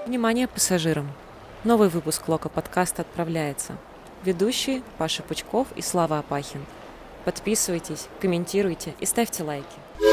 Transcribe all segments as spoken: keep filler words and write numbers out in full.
Внимание пассажирам! Новый выпуск Лока-подкаста отправляется. Ведущие Паша Пучков и Слава Опахин. Подписывайтесь, комментируйте и ставьте лайки.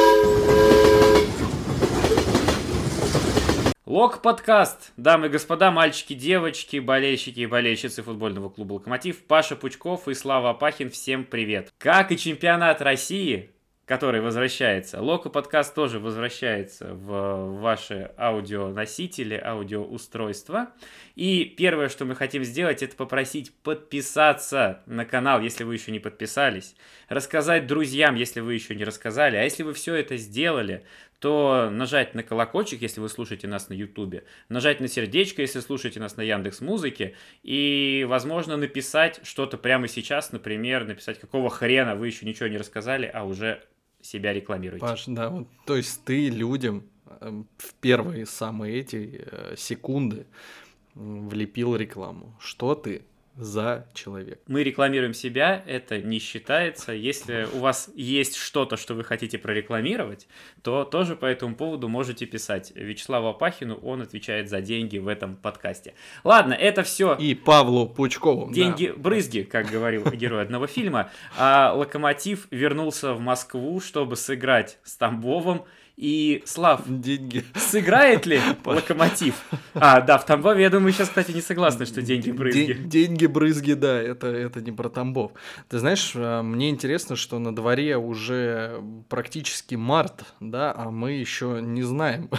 Лок-подкаст. Дамы и господа, мальчики, девочки, болельщики и болельщицы футбольного клуба «Локомотив», Паша Пучков и Слава Опахин, всем привет. Как и чемпионат России, который возвращается, Локо-подкаст тоже возвращается в ваши аудионосители, аудиоустройства. И первое, что мы хотим сделать, это попросить подписаться на канал, если вы еще не подписались, рассказать друзьям, если вы еще не рассказали, а если вы все это сделали, то нажать на колокольчик, если вы слушаете нас на Ютубе, нажать на сердечко, если слушаете нас на Яндекс.Музыке, и, возможно, написать что-то прямо сейчас, например, написать, какого хрена вы еще ничего не рассказали, а уже себя рекламируете. Паш, да, вот, то есть ты людям э, в первые самые эти э, секунды э, влепил рекламу. Что ты за человек? Мы рекламируем себя, это не считается. Если у вас есть что-то, что вы хотите прорекламировать, то тоже по этому поводу можете писать Вячеславу Опахину, он отвечает за деньги в этом подкасте. Ладно, это все. И Павлу Пучкову. Деньги-брызги, да. Как говорил герой одного фильма. А Локомотив вернулся в Москву, чтобы сыграть с Тамбовом. И, Слав, деньги. Сыграет ли Локомотив? А, да, в Тамбове, я думаю, сейчас, кстати, не согласны, что деньги-брызги. Деньги-брызги, да, это, это не про Тамбов. Ты знаешь, мне интересно, что на дворе уже практически март, да, а мы еще не знаем,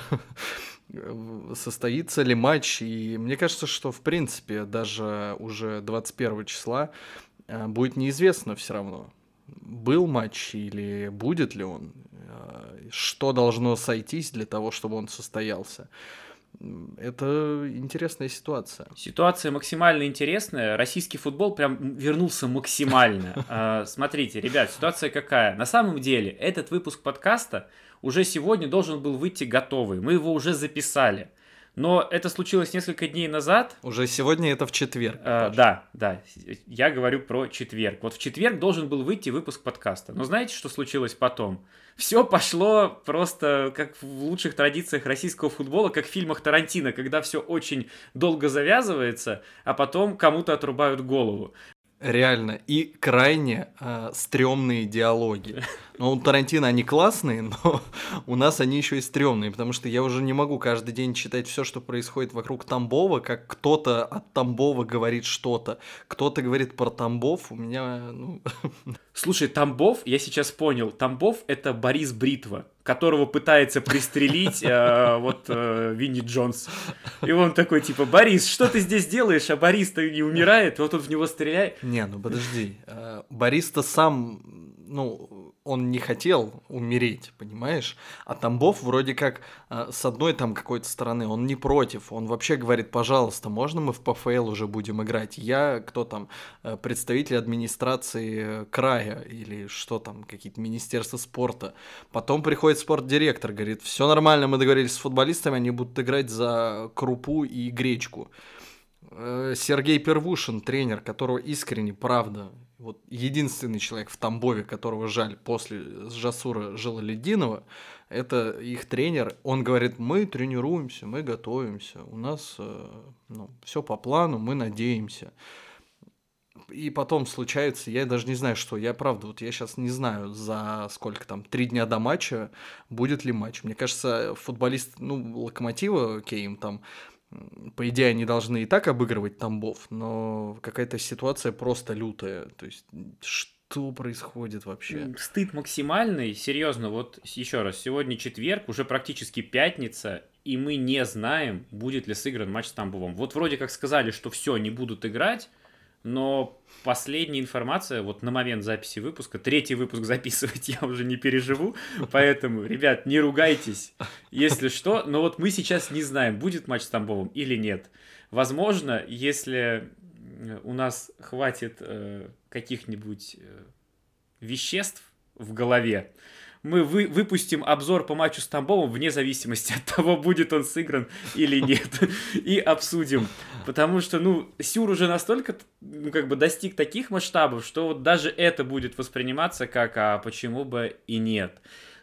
состоится ли матч. И мне кажется, что, в принципе, даже уже двадцать первого числа будет неизвестно все равно, был матч или будет ли он, что должно сойтись для того, чтобы он состоялся. Это интересная ситуация. Ситуация максимально интересная. Российский футбол прям вернулся максимально. Смотрите, ребят, ситуация какая? На самом деле, этот выпуск подкаста уже сегодня должен был выйти готовый. Мы его уже записали. Но это случилось несколько дней назад. Уже сегодня это в четверг. А, да, да, я говорю про четверг. Вот в четверг должен был выйти выпуск подкаста. Но знаете, что случилось потом? Все пошло просто как в лучших традициях российского футбола, как в фильмах Тарантино, когда все очень долго завязывается, а потом кому-то отрубают голову. Реально. И крайне э, стрёмные диалоги. Ну, у Тарантино они классные, но у нас они еще и стрёмные, потому что я уже не могу каждый день читать все, что происходит вокруг Тамбова, как кто-то от Тамбова говорит что-то, кто-то говорит про Тамбов, у меня, ну... Слушай, Тамбов, я сейчас понял, Тамбов — это Борис Бритва, которого пытается пристрелить э, вот э, Винни Джонс. И он такой, типа, Борис, что ты здесь делаешь? А Борис-то не умирает, вот он в него стреляет. Не, ну подожди, Борис-то сам, ну... он не хотел умереть, понимаешь? А Тамбов вроде как э, с одной там какой-то стороны, он не против, он вообще говорит, пожалуйста, можно мы в ПФЛ уже будем играть? Я, кто там, э, представитель администрации края или что там, какие-то министерства спорта. Потом приходит спортдиректор, говорит, все нормально, мы договорились с футболистами, они будут играть за крупу и гречку. Э, Сергей Первушин, тренер, которого искренне, правда... Вот единственный человек в Тамбове, которого жаль после Жасура Желалетдинова, это их тренер. Он говорит, мы тренируемся, мы готовимся, у нас ну, все по плану, мы надеемся. И потом случается, я даже не знаю, что, я правда, вот я сейчас не знаю, за сколько там, три дня до матча, будет ли матч. Мне кажется, футболист, ну, Локомотива, окей, им там... По идее, они должны и так обыгрывать Тамбов, но какая-то ситуация просто лютая. То есть, что происходит вообще? Стыд максимальный, серьезно, вот еще раз, сегодня четверг, уже практически пятница, и мы не знаем, будет ли сыгран матч с Тамбовом. Вот вроде как сказали, что все, не будут играть, но последняя информация, вот на момент записи выпуска, третий выпуск записывать я уже не переживу, поэтому, ребят, не ругайтесь, если что, но вот мы сейчас не знаем, будет матч с Тамбовым или нет. Возможно, если у нас хватит э, каких-нибудь э, веществ в голове, мы вы, выпустим обзор по матчу с Тамбовом вне зависимости от того, будет он сыгран или нет, и обсудим. Потому что, ну, сюр уже настолько, ну, как бы достиг таких масштабов, что вот даже это будет восприниматься как, а почему бы и нет.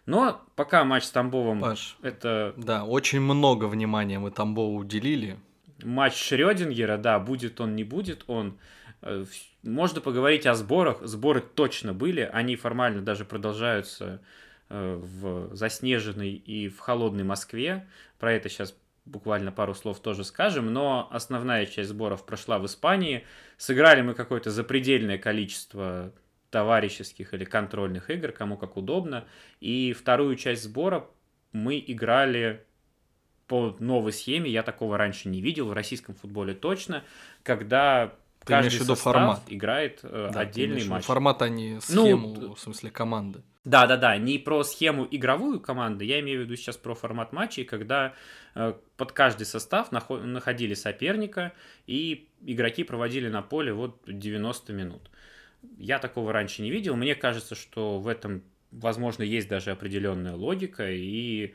Но пока матч с Тамбовом, Паш, это да, очень много внимания мы Тамбову уделили. матч Шрёдингера, да, будет он, не будет он. Э, вс- Можно поговорить о сборах. Сборы точно были, они формально даже продолжаются э, в заснеженной и в холодной Москве. Про это сейчас буквально пару слов тоже скажем, но основная часть сборов прошла в Испании. Сыграли мы какое-то запредельное количество товарищеских или контрольных игр, кому как удобно. И вторую часть сбора мы играли по новой схеме, я такого раньше не видел, в российском футболе точно, когда Ты имеешь каждый в виду состав формат? играет э, Да, ты отдельный имеешь в виду матч. формат, а не Ну, схему, в смысле команды. да-да-да, не про схему игровую команды, я имею в виду сейчас про формат матчей, когда э, под каждый состав нахо- находили соперника, и игроки проводили на поле вот девяносто минут. Я такого раньше не видел, мне кажется, что в этом, возможно, есть даже определенная логика, и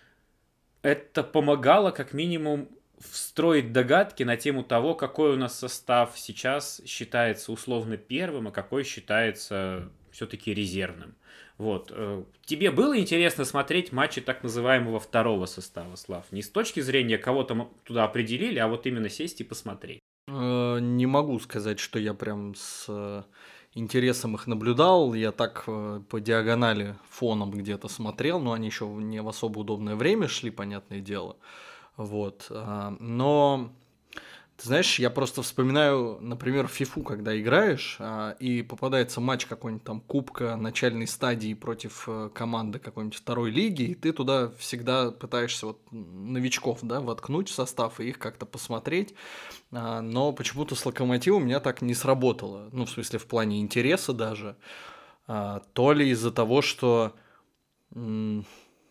это помогало как минимум встроить догадки на тему того, какой у нас состав сейчас считается условно первым, а какой считается все-таки резервным. Вот. э, Тебе было интересно смотреть матчи так называемого второго состава, Слав? Не с точки зрения кого-то м- туда определили, а вот именно сесть и посмотреть. Э, Не могу сказать, что я прям с э, интересом их наблюдал. Я так э, по диагонали фоном где-то смотрел, но они еще не в особо удобное время шли, понятное дело. Вот. а, Но ты знаешь, я просто вспоминаю, например, в фифу, когда играешь, а, и попадается матч какой-нибудь там кубка начальной стадии против э, команды какой-нибудь второй лиги, и ты туда всегда пытаешься вот новичков, да, воткнуть в состав и их как-то посмотреть. А, но почему-то с Локомотивом у меня так не сработало. Ну, в смысле, в плане интереса даже. А, то ли из-за того, что м,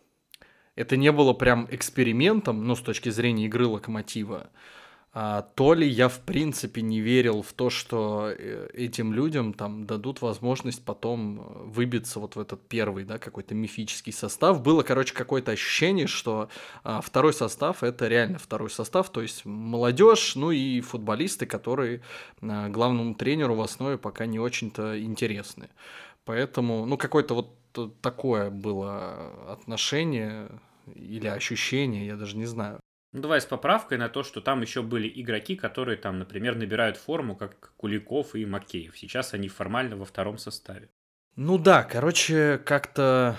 это не было прям экспериментом, ну, с точки зрения игры Локомотива, а, то ли я в принципе не верил в то, что э, этим людям там дадут возможность потом э, выбиться вот в этот первый, да, какой-то мифический состав. Было, короче, какое-то ощущение, что а, второй состав это реально второй состав, то есть молодежь, ну и футболисты, которые а, главному тренеру в основе пока не очень-то интересны. Поэтому, ну, какое-то вот т- такое было отношение или ощущение, я даже не знаю. Ну, давай с поправкой на то, что там еще были игроки, которые там, например, набирают форму, как Куликов и Макеев. Сейчас они формально во втором составе. Ну да, короче, как-то,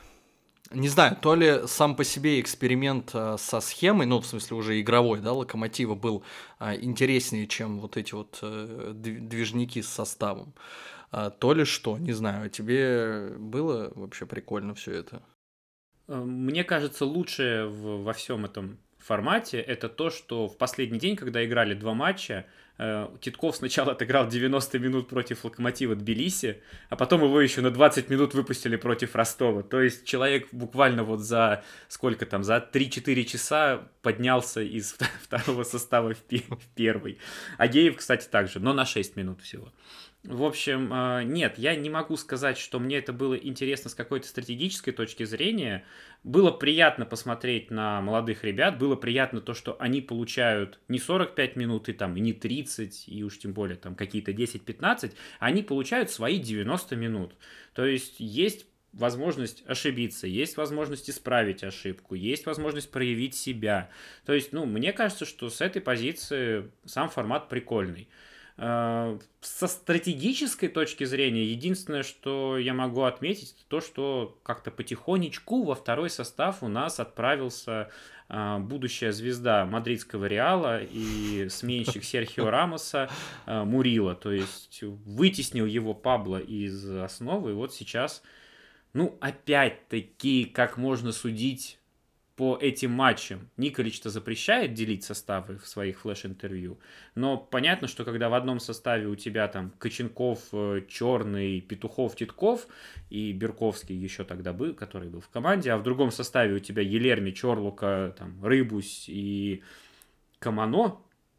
не знаю, то ли сам по себе эксперимент а, со схемой, ну, в смысле уже игровой, да, Локомотива был а, интереснее, чем вот эти вот э, дв- движники с составом. А, то ли что, не знаю, тебе было вообще прикольно все это? Э, Мне кажется, лучшее в- во всем этом формате это то, что в последний день, когда играли два матча, э, Титков сначала отыграл девяносто минут против Локомотива Тбилиси, а потом его еще на двадцать минут выпустили против Ростова. То есть человек буквально вот за сколько там, за три-четыре часа поднялся из второго состава в пе- в первый. Агеев, кстати, также, но на шесть минут всего. В общем, э, нет, я не могу сказать, что мне это было интересно с какой-то стратегической точки зрения. Было приятно посмотреть на молодых ребят, было приятно то, что они получают не сорок пять минут и там, и не тридцать, и уж тем более там какие-то десять-пятнадцать, они получают свои девяносто минут. То есть есть возможность ошибиться, есть возможность исправить ошибку, есть возможность проявить себя. То есть, ну, мне кажется, что с этой позиции сам формат прикольный. Э, Со стратегической точки зрения, единственное, что я могу отметить, это то, что как-то потихонечку во второй состав у нас отправился э, будущая звезда мадридского Реала и сменщик Серхио Рамоса э, Мурила. То есть вытеснил его Пабло из основы, и вот сейчас, ну, опять-таки, как можно судить по этим матчам. Николич-то запрещает делить составы в своих флеш-интервью, но понятно, что когда в одном составе у тебя там Коченков, э, Черный, Петухов, Титков и Берковский еще тогда был, который был в команде, а в другом составе у тебя Елерми, Чорлука, там, Рыбусь и Камано,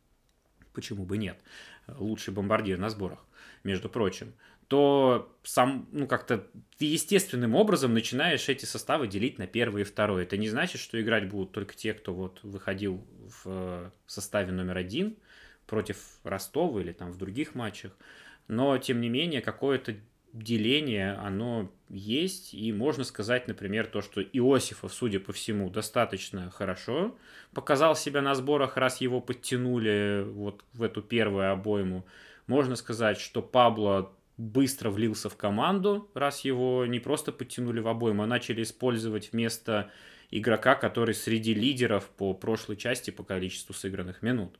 почему бы нет, лучший бомбардир на сборах, между прочим, то сам, ну, как-то ты естественным образом начинаешь эти составы делить на первый и второй. Это не значит, что играть будут только те, кто вот выходил в э, составе номер один против Ростова или там в других матчах. Но, тем не менее, какое-то деление, оно есть, и можно сказать, например, то, что Иосифов, судя по всему, достаточно хорошо показал себя на сборах, раз его подтянули вот в эту первую обойму. Можно сказать, что Пабло быстро влился в команду, раз его не просто подтянули в обойму, а начали использовать вместо игрока, который среди лидеров по прошлой части по количеству сыгранных минут.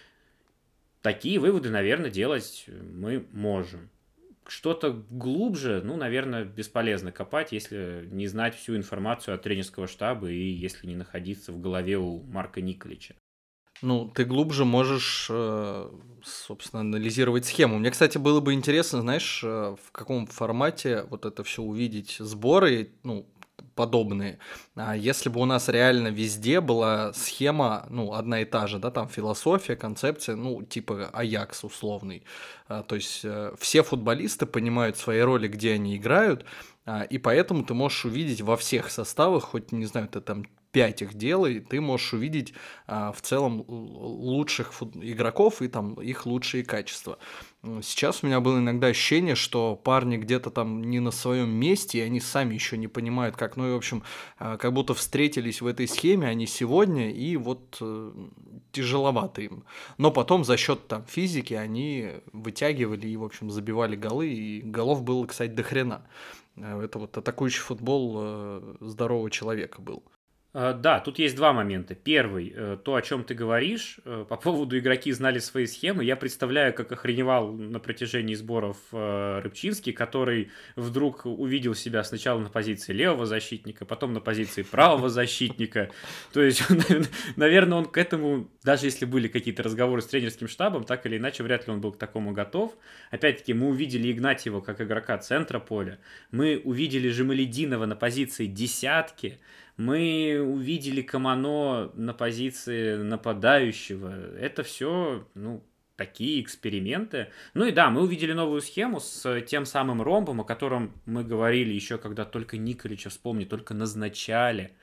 Такие выводы, наверное, делать мы можем. Что-то глубже, ну, наверное, бесполезно копать, если не знать всю информацию от тренерского штаба и если не находиться в голове у Марка Николича. Ну, ты глубже можешь, э, собственно, анализировать схему. Мне, кстати, было бы интересно, знаешь, э, в каком формате вот это все увидеть, сборы, ну, подобные. А если бы у нас реально везде была схема, ну, одна и та же, да, там философия, концепция, ну, типа Аякс условный. А, то есть э, все футболисты понимают свои роли, где они играют, а, и поэтому ты можешь увидеть во всех составах, хоть, не знаю, ты там пять их делай, ты можешь увидеть а, в целом л- лучших фут- игроков и там их лучшие качества. М, Сейчас у меня было иногда ощущение, что парни где-то там не на своем месте, и они сами еще не понимают, как. Ну и, в общем, а, как будто встретились в этой схеме они сегодня, и вот э, тяжеловато им. Но потом за счет там физики они вытягивали и, в общем, забивали голы, и голов было, кстати, до хрена. Э, Это вот атакующий футбол э, здорового человека был. А, Да, тут есть два момента. Первый, э, то, о чем ты говоришь, э, по поводу игроки знали свои схемы. Я представляю, как охреневал на протяжении сборов э, Рыбчинский, который вдруг увидел себя сначала на позиции левого защитника, потом на позиции правого защитника. То есть, наверное, он к этому, даже если были какие-то разговоры с тренерским штабом, так или иначе, вряд ли он был к такому готов. Опять-таки, мы увидели Игнатьева как игрока центра поля, мы увидели Жамалединова на позиции десятки, мы увидели Камано на позиции нападающего. Это все, ну, такие эксперименты. Ну и да, мы увидели новую схему с тем самым ромбом, о котором мы говорили еще, когда только Николича, вспомни, только назначали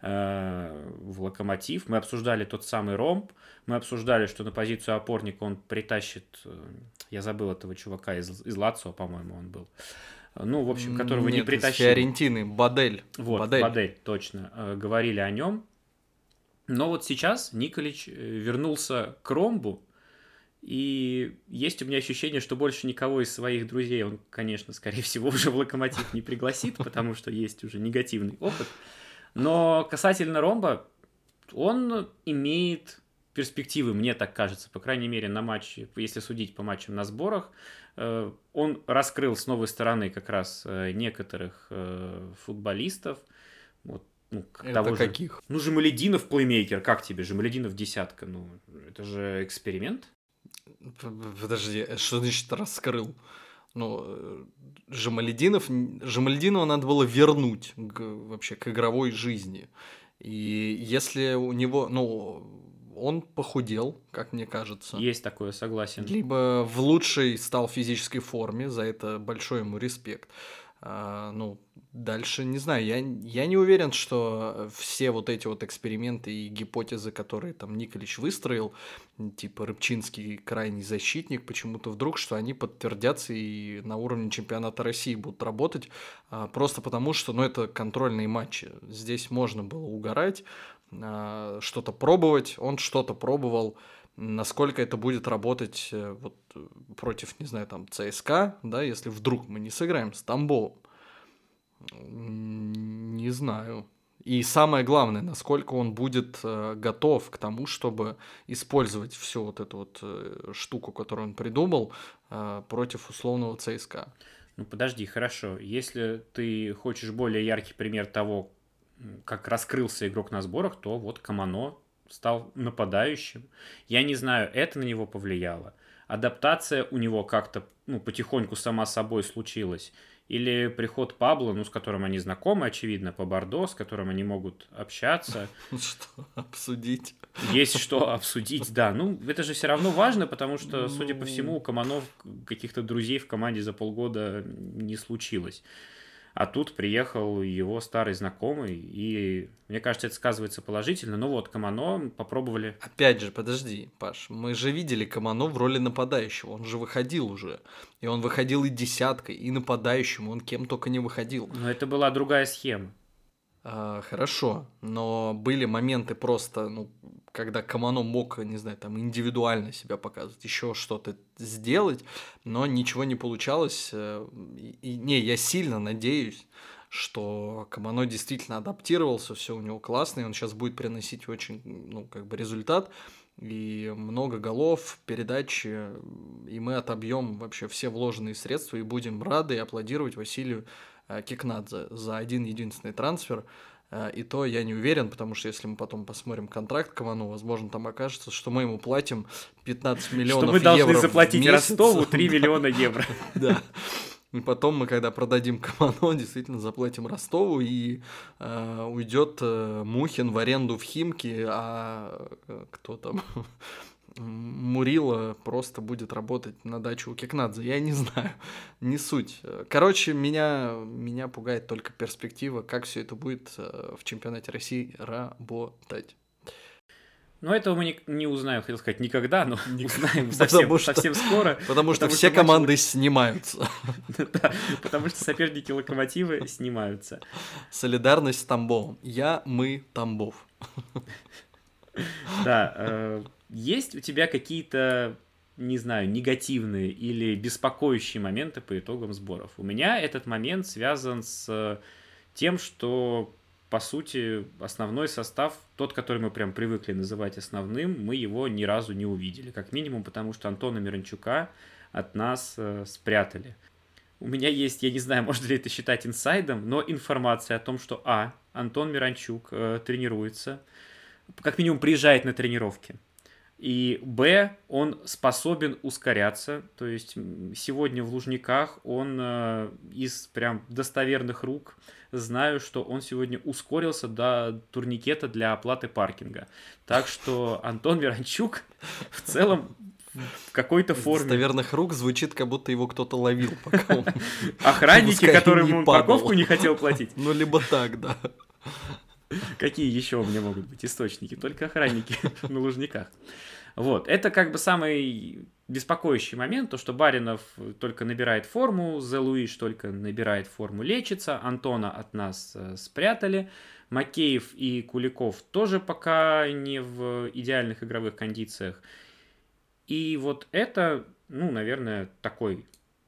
э, в Локомотив. Мы обсуждали тот самый ромб. Мы обсуждали, что на позицию опорника он притащит... э, Я забыл этого чувака из, из Лацио, по-моему, он был. Ну, в общем, которого не Нет, из притащили. Фиорентины, Бадель. Вот, Бадель. Бадель, точно, э, говорили о нем. Но вот сейчас Николич э, вернулся к ромбу, и есть у меня ощущение, что больше никого из своих друзей он, конечно, скорее всего, уже в Локомотив не пригласит, потому что есть уже негативный опыт. Но касательно ромба, он имеет перспективы, мне так кажется, по крайней мере, на матче, если судить по матчам на сборах. Э, Он раскрыл с новой стороны как раз э, некоторых э, футболистов. Вот, ну, к- Это того же- каких? Ну, Жамалединов плеймейкер, как тебе? Жамалединов десятка, ну, это же эксперимент. П- п- Подожди, э, что значит раскрыл? Ну, э, Жамалединов, н- Жамалединова надо было вернуть к- вообще к игровой жизни. И если у него, ну, он похудел, как мне кажется, Есть такое, согласен. либо в лучшей стал физической форме, за это большой ему респект. А, ну, дальше не знаю, я, я не уверен, что все вот эти вот эксперименты и гипотезы, которые там Николич выстроил, м, типа Рыбчинский крайний защитник, почему-то вдруг, что они подтвердятся и на уровне чемпионата России будут работать, а, просто потому что, ну, это контрольные матчи. Здесь можно было угорать, а, что-то пробовать, он что-то пробовал. Насколько это будет работать э, вот э, против, не знаю, там ЦСКА, да, если вдруг мы не сыграем с Тамбовом, М, не знаю. И самое главное, насколько он будет э, готов к тому, чтобы использовать всю вот эту вот э, штуку, которую он придумал, э, против условного ЦСКА. Ну, подожди, хорошо. Если ты хочешь более яркий пример того, м, как раскрылся игрок на сборах, то вот Камано стал нападающим. Я не знаю, это на него повлияло. Адаптация у него как-то, ну, потихоньку сама собой случилась. Или приход Пабло, ну, с которым они знакомы, очевидно, по Бордо, с которым они могут общаться. Что обсудить? Есть что обсудить, да. Ну, это же все равно важно, потому что, судя по Ну. всему, у Каманов каких-то друзей в команде за полгода не случилось. А тут приехал его старый знакомый, и мне кажется, это сказывается положительно. Ну вот, Камано попробовали. Опять же, подожди, Паш, мы же видели Камано в роли нападающего, он же выходил уже. И он выходил и десяткой, и нападающим, он кем только не выходил. Но это была другая схема. А, хорошо, но были моменты просто, ну, когда Камано мог, не знаю, там индивидуально себя показывать, еще что-то сделать, но ничего не получалось. э, И, и- не, я сильно надеюсь, что Камано действительно адаптировался, все у него классно, и он сейчас будет приносить очень, ну, как бы результат, и много голов, передач, э, и мы отобьем вообще все вложенные средства и будем рады и аплодировать Василию э, Кикнадзе за один единственный трансфер. Э, И то я не уверен, потому что если мы потом посмотрим контракт Кавану, возможно, там окажется, что мы ему платим пятнадцать миллионов Что мы должны евро в заплатить месяц. Ростову три миллиона евро. Да. И потом мы, когда продадим Камано, действительно заплатим Ростову, и э, уйдет э, Мухин в аренду в Химки, а э, кто там? Мурила просто будет работать на даче у Кикнадзе. Я не знаю, не суть. Короче, меня, меня пугает только перспектива, как все это будет э, в чемпионате России работать. Но этого мы не, не узнаем, хотел сказать, никогда, но Ник- узнаем Потому совсем, что- совсем скоро. Потому что Потому все что матч- команды снимаются. Да, потому что соперники Локомотива снимаются. Солидарность с Тамбовом. Я, мы, Тамбов. Да, э, есть у тебя какие-то, не знаю, негативные или беспокоящие моменты по итогам сборов? У меня этот момент связан с тем, что, по сути, основной состав, тот, который мы прям привыкли называть основным, мы его ни разу не увидели. Как минимум, потому что Антона Миранчука от нас э, спрятали. У меня есть, я не знаю, можно ли это считать инсайдом, но информация о том, что а. Антон Миранчук э, тренируется, как минимум приезжает на тренировки, и б. он способен ускоряться, то есть м, сегодня в Лужниках он э, из прям достоверных рук знаю, что он сегодня ускорился до турникета для оплаты паркинга. Так что Антон Миранчук в целом в какой-то С форме. достоверных рук звучит, как будто его кто-то ловил, пока он... Охранники, Пускай которым не он падал. парковку не хотел платить. Ну, либо так, да. Какие еще у меня могут быть источники? Только охранники на Лужниках. Вот, это как бы самый беспокоящий момент, то, что Баринов только набирает форму, Зе Луиш только набирает форму, лечится, Антона от нас э, спрятали, Макеев и Куликов тоже пока не в идеальных игровых кондициях. И вот это, ну, наверное, такой,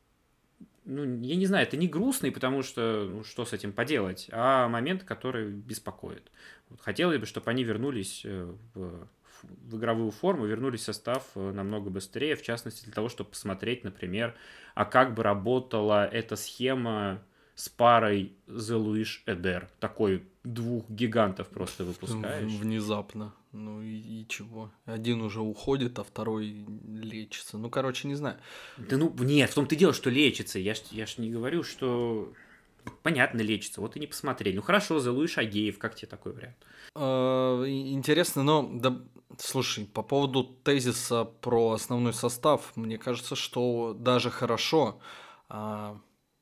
ну, я не знаю, это не грустный, потому что, ну, что с этим поделать, а момент, который беспокоит. Вот хотелось бы, чтобы они вернулись э, в, в игровую форму, вернулись в состав э, намного быстрее, в частности, для того, чтобы посмотреть, например, а как бы работала эта схема с парой Зе Луиш Эдер. Такой двух гигантов просто выпускаешь. В- Внезапно. Ну и, и чего? Один уже уходит, а второй лечится. Ну, короче, не знаю. Да ну, нет, в том-то и дело, что лечится. Я ж, я ж не говорю, что... Понятно, лечится. Вот и не посмотрели. Ну хорошо, Зе Луиш Агеев, как тебе такой вариант? Э, и- Интересно, но да, слушай, по поводу тезиса про основной состав, мне кажется, что даже хорошо, а,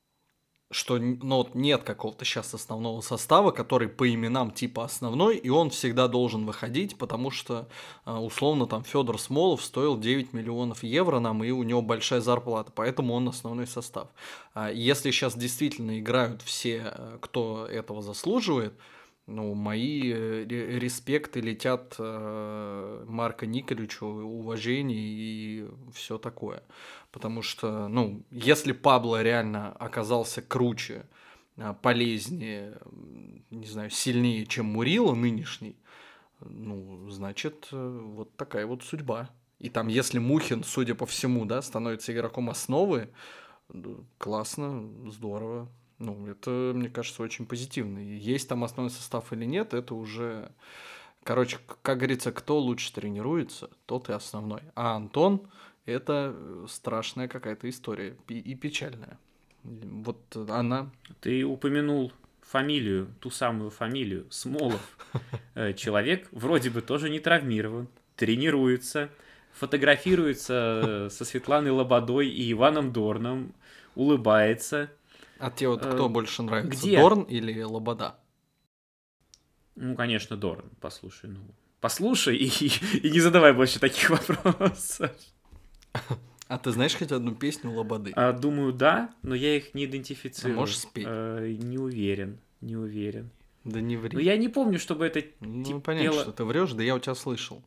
что н- ну, вот нет какого-то сейчас основного состава, который по именам типа основной, и он всегда должен выходить, потому что а, условно там Федор Смолов стоил девять миллионов евро нам, и у него большая зарплата, поэтому он основной состав. А Если сейчас действительно играют все, э, кто этого заслуживает, ну, мои э, ре- респекты летят э, Марко Николичу, уважение и все такое. Потому что, ну, если Пабло реально оказался круче, а, полезнее, м, не знаю, сильнее, чем Мурило нынешний, ну, значит, э, вот такая вот судьба. И там, если Мухин, судя по всему, да, становится игроком основы, да, классно, здорово. Ну, это, мне кажется, очень позитивно. И есть там основной состав или нет, это уже... Короче, к- как говорится, кто лучше тренируется, тот и основной. А Антон — это э, страшная какая-то история пи- и печальная. И Вот она... Ты упомянул фамилию, ту самую фамилию, Смолов. Э, Человек вроде бы тоже не травмирован, тренируется, фотографируется э, со Светланой Лободой и Иваном Дорном, улыбается. А тебе вот кто больше нравится, где? Дорн или Лобода? Ну, конечно, Дорн, послушай. Ну, послушай и, и не задавай больше таких вопросов. А ты знаешь хоть одну песню Лободы? А, думаю, да, но я их не А идентифицирую. можешь спеть? А, не уверен, не уверен. Да не ври. Но я не помню, чтобы это Ну, типа, понятно, пело... что ты врешь, да я у тебя слышал.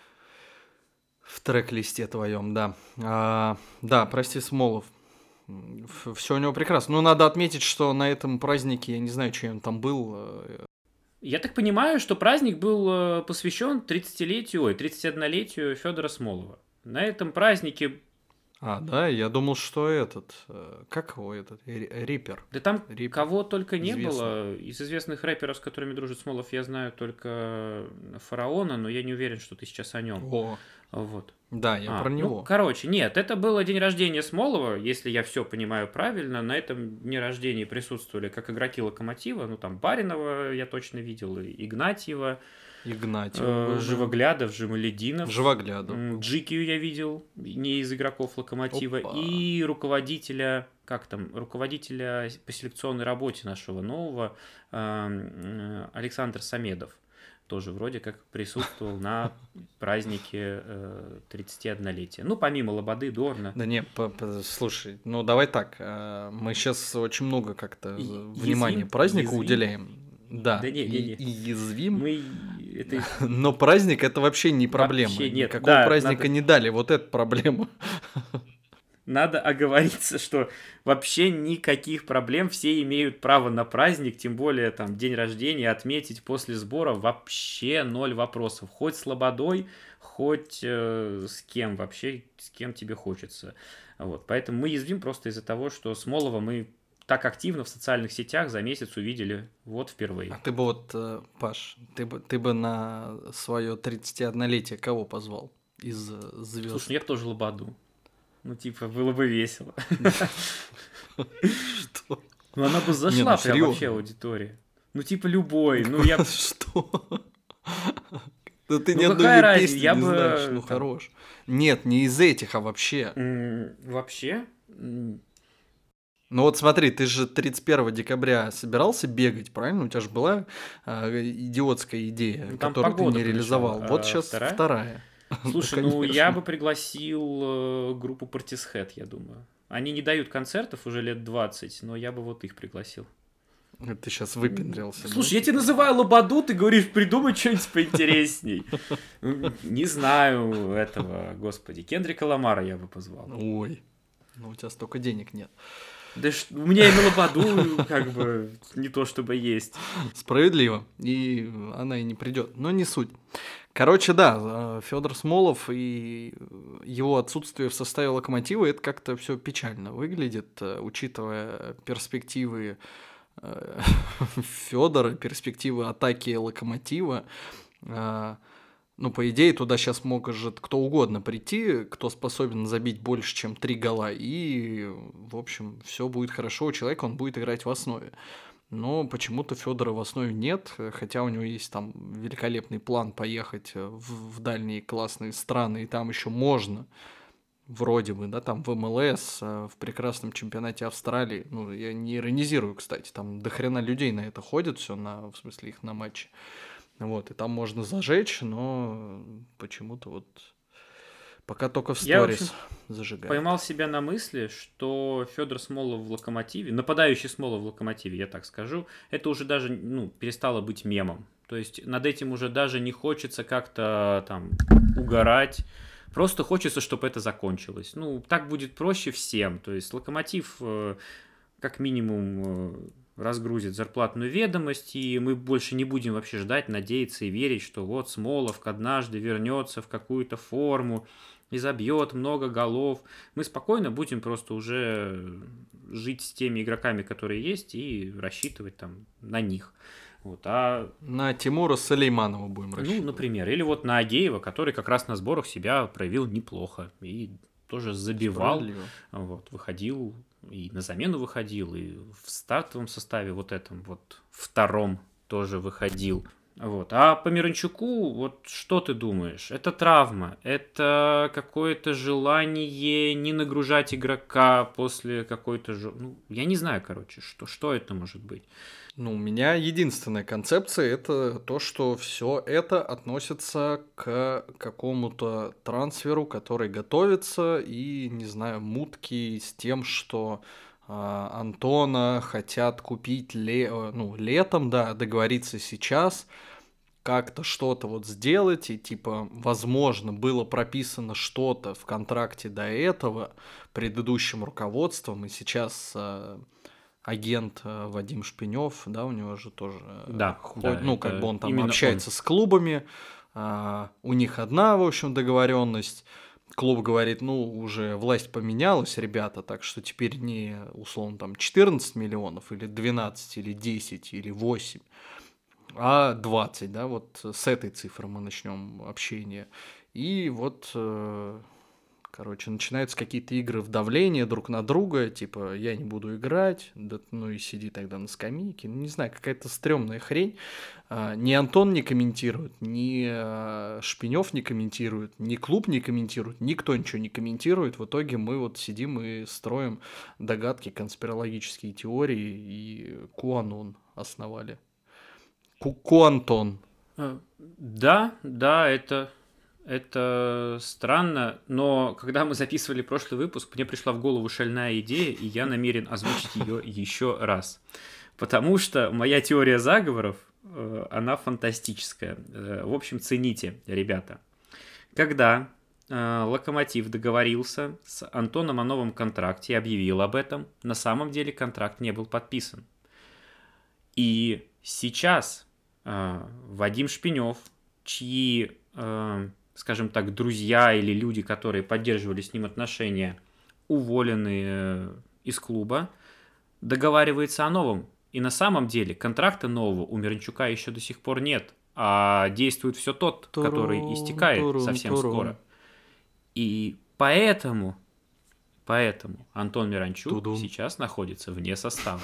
В трек-листе твоем, да. А, да, прости, Смолов. Все у него прекрасно. Ну, надо отметить, что на этом празднике, я не знаю, чем он там был. Я так понимаю, что праздник был посвящен тридцатилетию, ой, тридцатиоднолетию Федора Смолова. На этом празднике... А, да, я думал, что этот... Как его этот? Риппер. Да там Риппер. кого только не Известный. было. Из известных рэперов, с которыми дружит Смолов, я знаю только Фараона, но я не уверен, что ты сейчас о нем. О, вот. да, я А, про него. Ну, короче, нет, это было день рождения Смолова, если я все понимаю правильно. На этом дне рождения присутствовали как игроки Локомотива, ну там Баринова я точно видел, и Игнатьева, Игнатьев. э, Живоглядов, Жемалединов. Живоглядов. М, Джикию я видел, не из игроков Локомотива. Опа. И руководителя, как там, руководителя по селекционной работе нашего нового, э, э, Александр Самедов. Тоже вроде как присутствовал на празднике э, тридцатиоднолетия. Ну, помимо Лободы, Дорна. Да не, по- по- слушай, ну давай так, э, мы сейчас очень много как-то И- внимания язвим? празднику Язвим? уделяем. Да, Да не, не, и, не. и язвим, Мы это но праздник это вообще не проблема. Вообще нет, Никакого да, праздника надо- не дали, вот это проблема. надо оговориться, что вообще никаких проблем, все имеют право на праздник, тем более там день рождения отметить после сбора, вообще ноль вопросов. Хоть с Лободой, хоть э, с кем вообще, с кем тебе хочется. Вот. Поэтому мы язвим просто из-за того, что Смолова мы так активно в социальных сетях за месяц увидели вот А впервые. ты бы вот, э, Паш, ты бы, ты бы на свое тридцатиоднолетие кого позвал из звезд? Слушай, ну я бы тоже Лободу. Ну, типа, было бы весело. Что? Ну, она бы Не, зашла ну, прям серьезно. вообще аудитории. Ну, типа, любой. Ну, я... Что? Да ты Ну, ни одной какая её разница, песни я не бы, знаешь, ну там- хорош. Нет, не из этих, а вообще. м, Вообще... м, Ну вот смотри, ты же тридцать первого декабря собирался бегать, правильно? У тебя же была а, идиотская идея, Ну, там которую ты погода не реализовал. помешала. Вот А сейчас вторая? вторая. Слушай, ну, конечно. я бы пригласил э, группу Portishead, я думаю. Они не дают концертов уже лет двадцать, но я бы вот их пригласил. Ты сейчас выпендрился. Слушай, я тебе называю Лободу, ты говоришь, придумай что-нибудь поинтересней. Ну, Не знаю этого, господи. Кендрика Ламара я бы позвал. Ой, ну у тебя столько денег нет. Да ш- у меня и на Лободу как бы не то чтобы есть. Справедливо. И она и не придет. Но не суть. Короче, да, Федор Смолов и его отсутствие в составе Локомотива, это как-то все печально выглядит, э, учитывая перспективы Федора, перспективы атаки Локомотива. А, Ну, по идее, туда сейчас может кто угодно прийти, кто способен забить больше, чем три гола, и, в общем, все будет хорошо у человека, он будет играть в основе. Но почему-то Федора в основе нет, хотя у него есть там великолепный план поехать в, в дальние классные страны, и там еще можно, вроде бы, да, там в эм эл эс, э, в прекрасном чемпионате Австралии. Ну, я не иронизирую, кстати, там до хрена людей на это ходят, все на, в смысле, их на матчи. Вот, и там можно зажечь, но почему-то вот пока только в Я, в сторис общем, зажигают. Поймал себя на мысли, что Федор Смолов в Локомотиве, нападающий Смолов в Локомотиве, я так скажу, это уже даже ну, перестало быть мемом. То есть над этим уже даже не хочется как-то там угорать. Просто хочется, чтобы это закончилось. Ну, так будет проще всем. То есть Локомотив э, как минимум э, разгрузит зарплатную ведомость, и мы больше не будем вообще ждать, надеяться и верить, что вот Смолов однажды вернется в какую-то форму и забьет много голов. Мы спокойно будем просто уже жить с теми игроками, которые есть, и рассчитывать там на них. Вот, а, На Тимура Сулейманова будем ну, рассчитывать. например, или вот на Агеева, который как раз на сборах себя проявил неплохо и тоже забивал, Справедливо. вот, выходил и на замену выходил, и в стартовом составе вот этом вот втором тоже выходил. Вот. А по Миранчуку, вот что ты думаешь? Это травма, это какое-то желание не нагружать игрока после какой-то... жё- Ну, я не знаю, короче, что, что это может быть. Ну, у меня единственная концепция это то, что все это относится к какому-то трансферу, который готовится, и, не знаю, мутки с тем, что а, Антона хотят купить ле- э, ну, летом, да, договориться сейчас, как-то что-то вот сделать, и типа, возможно, было прописано что-то в контракте до этого предыдущим руководством, и сейчас э, агент э, Вадим Шпинев, да, у него же тоже э, Да, ходит, да, ну, как бы это он там именно он. общается с клубами, а, у них одна, в общем, договоренность. Клуб говорит, ну, уже власть поменялась, ребята, так что теперь не, условно, там, четырнадцать миллионов, или двенадцать, или десять, или восемь, а двадцать, да, вот с этой цифры мы начнем общение. И вот, э, короче, начинаются какие-то игры в давление друг на друга, типа, я не буду играть, да, ну и сиди тогда на скамейке. Ну, не знаю, какая-то стрёмная хрень. А, ни Антон не комментирует, ни а, Шпинев не комментирует, ни клуб не комментирует, никто ничего не комментирует. В итоге мы вот сидим и строим догадки, конспирологические теории, и Куанон основали. Ку- Куантон. Э, Да, да, это, это странно, но когда мы записывали прошлый выпуск, мне пришла в голову шальная идея, и я намерен озвучить ее еще раз. Потому что моя теория заговоров, э, она фантастическая. Э, В общем, цените, ребята. Когда э, Локомотив договорился с Антоном о новом контракте и объявил об этом, на самом деле контракт не был подписан. И сейчас э, Вадим Шпинев, чьи, э, скажем так, друзья или люди, которые поддерживали с ним отношения, уволены э, из клуба, договаривается о новом. И на самом деле контракта нового у Миранчука еще до сих пор нет, а действует все тот, который Турун, истекает турун, совсем турун. скоро. И поэтому, поэтому Антон Миранчук Тудун. сейчас находится вне состава.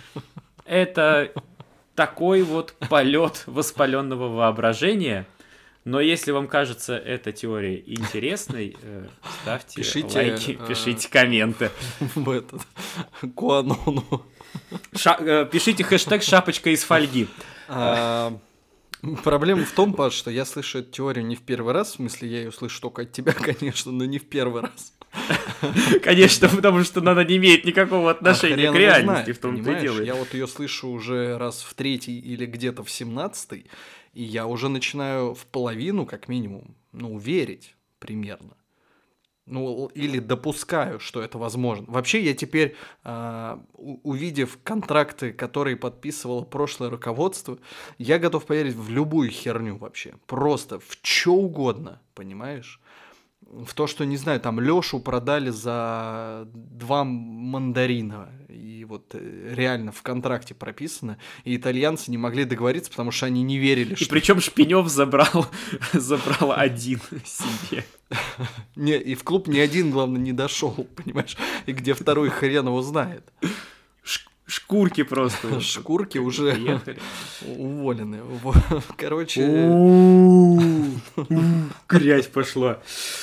Это такой вот полет воспаленного воображения. Но если вам кажется эта теория интересной, э, ставьте Пишите, лайки, э, пишите комменты. В этот Куанону. Ша- э, пишите хэштег «шапочка из фольги». А, Проблема в том, Паш, что я слышу эту теорию не в первый раз, в смысле, я ее слышу только от тебя, конечно, но не в первый раз. Конечно, потому что она не имеет никакого А отношения хрен к его реальности, знает, в том-то и понимаешь? дело. Я вот ее слышу уже раз в третий или где-то в семнадцатый, и я уже начинаю в половину, как минимум, ну, верить примерно. Ну, или допускаю, что это возможно. Вообще, я теперь, а, у- увидев контракты, которые подписывало прошлое руководство, я готов поверить в любую херню вообще. Просто в чё угодно, понимаешь? В то, что, не знаю, там Лёшу продали за два мандарина. И вот э, реально в контракте прописано. И итальянцы не могли договориться, потому что они не верили, И что... причем Шпинев забрал, забрал один себе. Не, и в клуб ни один, главное, не дошел, понимаешь? И где второй хрен его знает. Ш- Шкурки просто. вот Шкурки уже приехали. уволены. Во- Короче, У-у-у, Грязь пошла.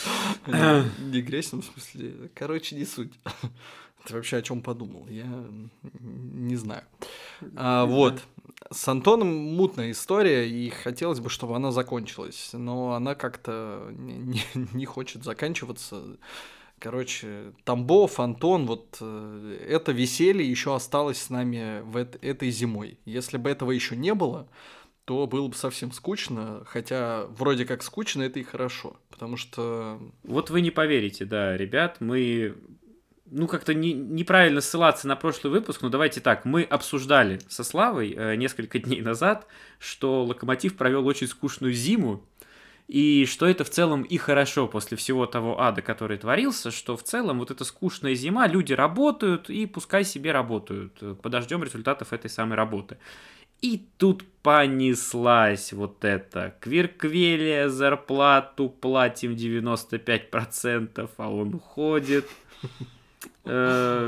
не грязь, ну, в смысле, короче, не суть. Ты вообще о чем подумал? Я не знаю. А, вот. С Антоном мутная история, и хотелось бы, чтобы она закончилась. Но она как-то не, не- не хочет заканчиваться. Короче, Тамбов, Антон, вот э, это веселье еще осталось с нами в эт- этой зимой. Если бы этого еще не было, то было бы совсем скучно. Хотя вроде как скучно, это и хорошо. Потому что Вот вы не поверите, да, ребят, мы... Ну, как-то не, неправильно ссылаться на прошлый выпуск, но давайте так, мы обсуждали со Славой э, несколько дней назад, что Локомотив провел очень скучную зиму, и что это в целом и хорошо после всего того ада, который творился, что в целом вот эта скучная зима, люди работают, и пускай себе работают, подождем результатов этой самой работы. И тут понеслась вот эта Квирквелия, зарплату платим девяносто пять процентов, а он уходит. Э,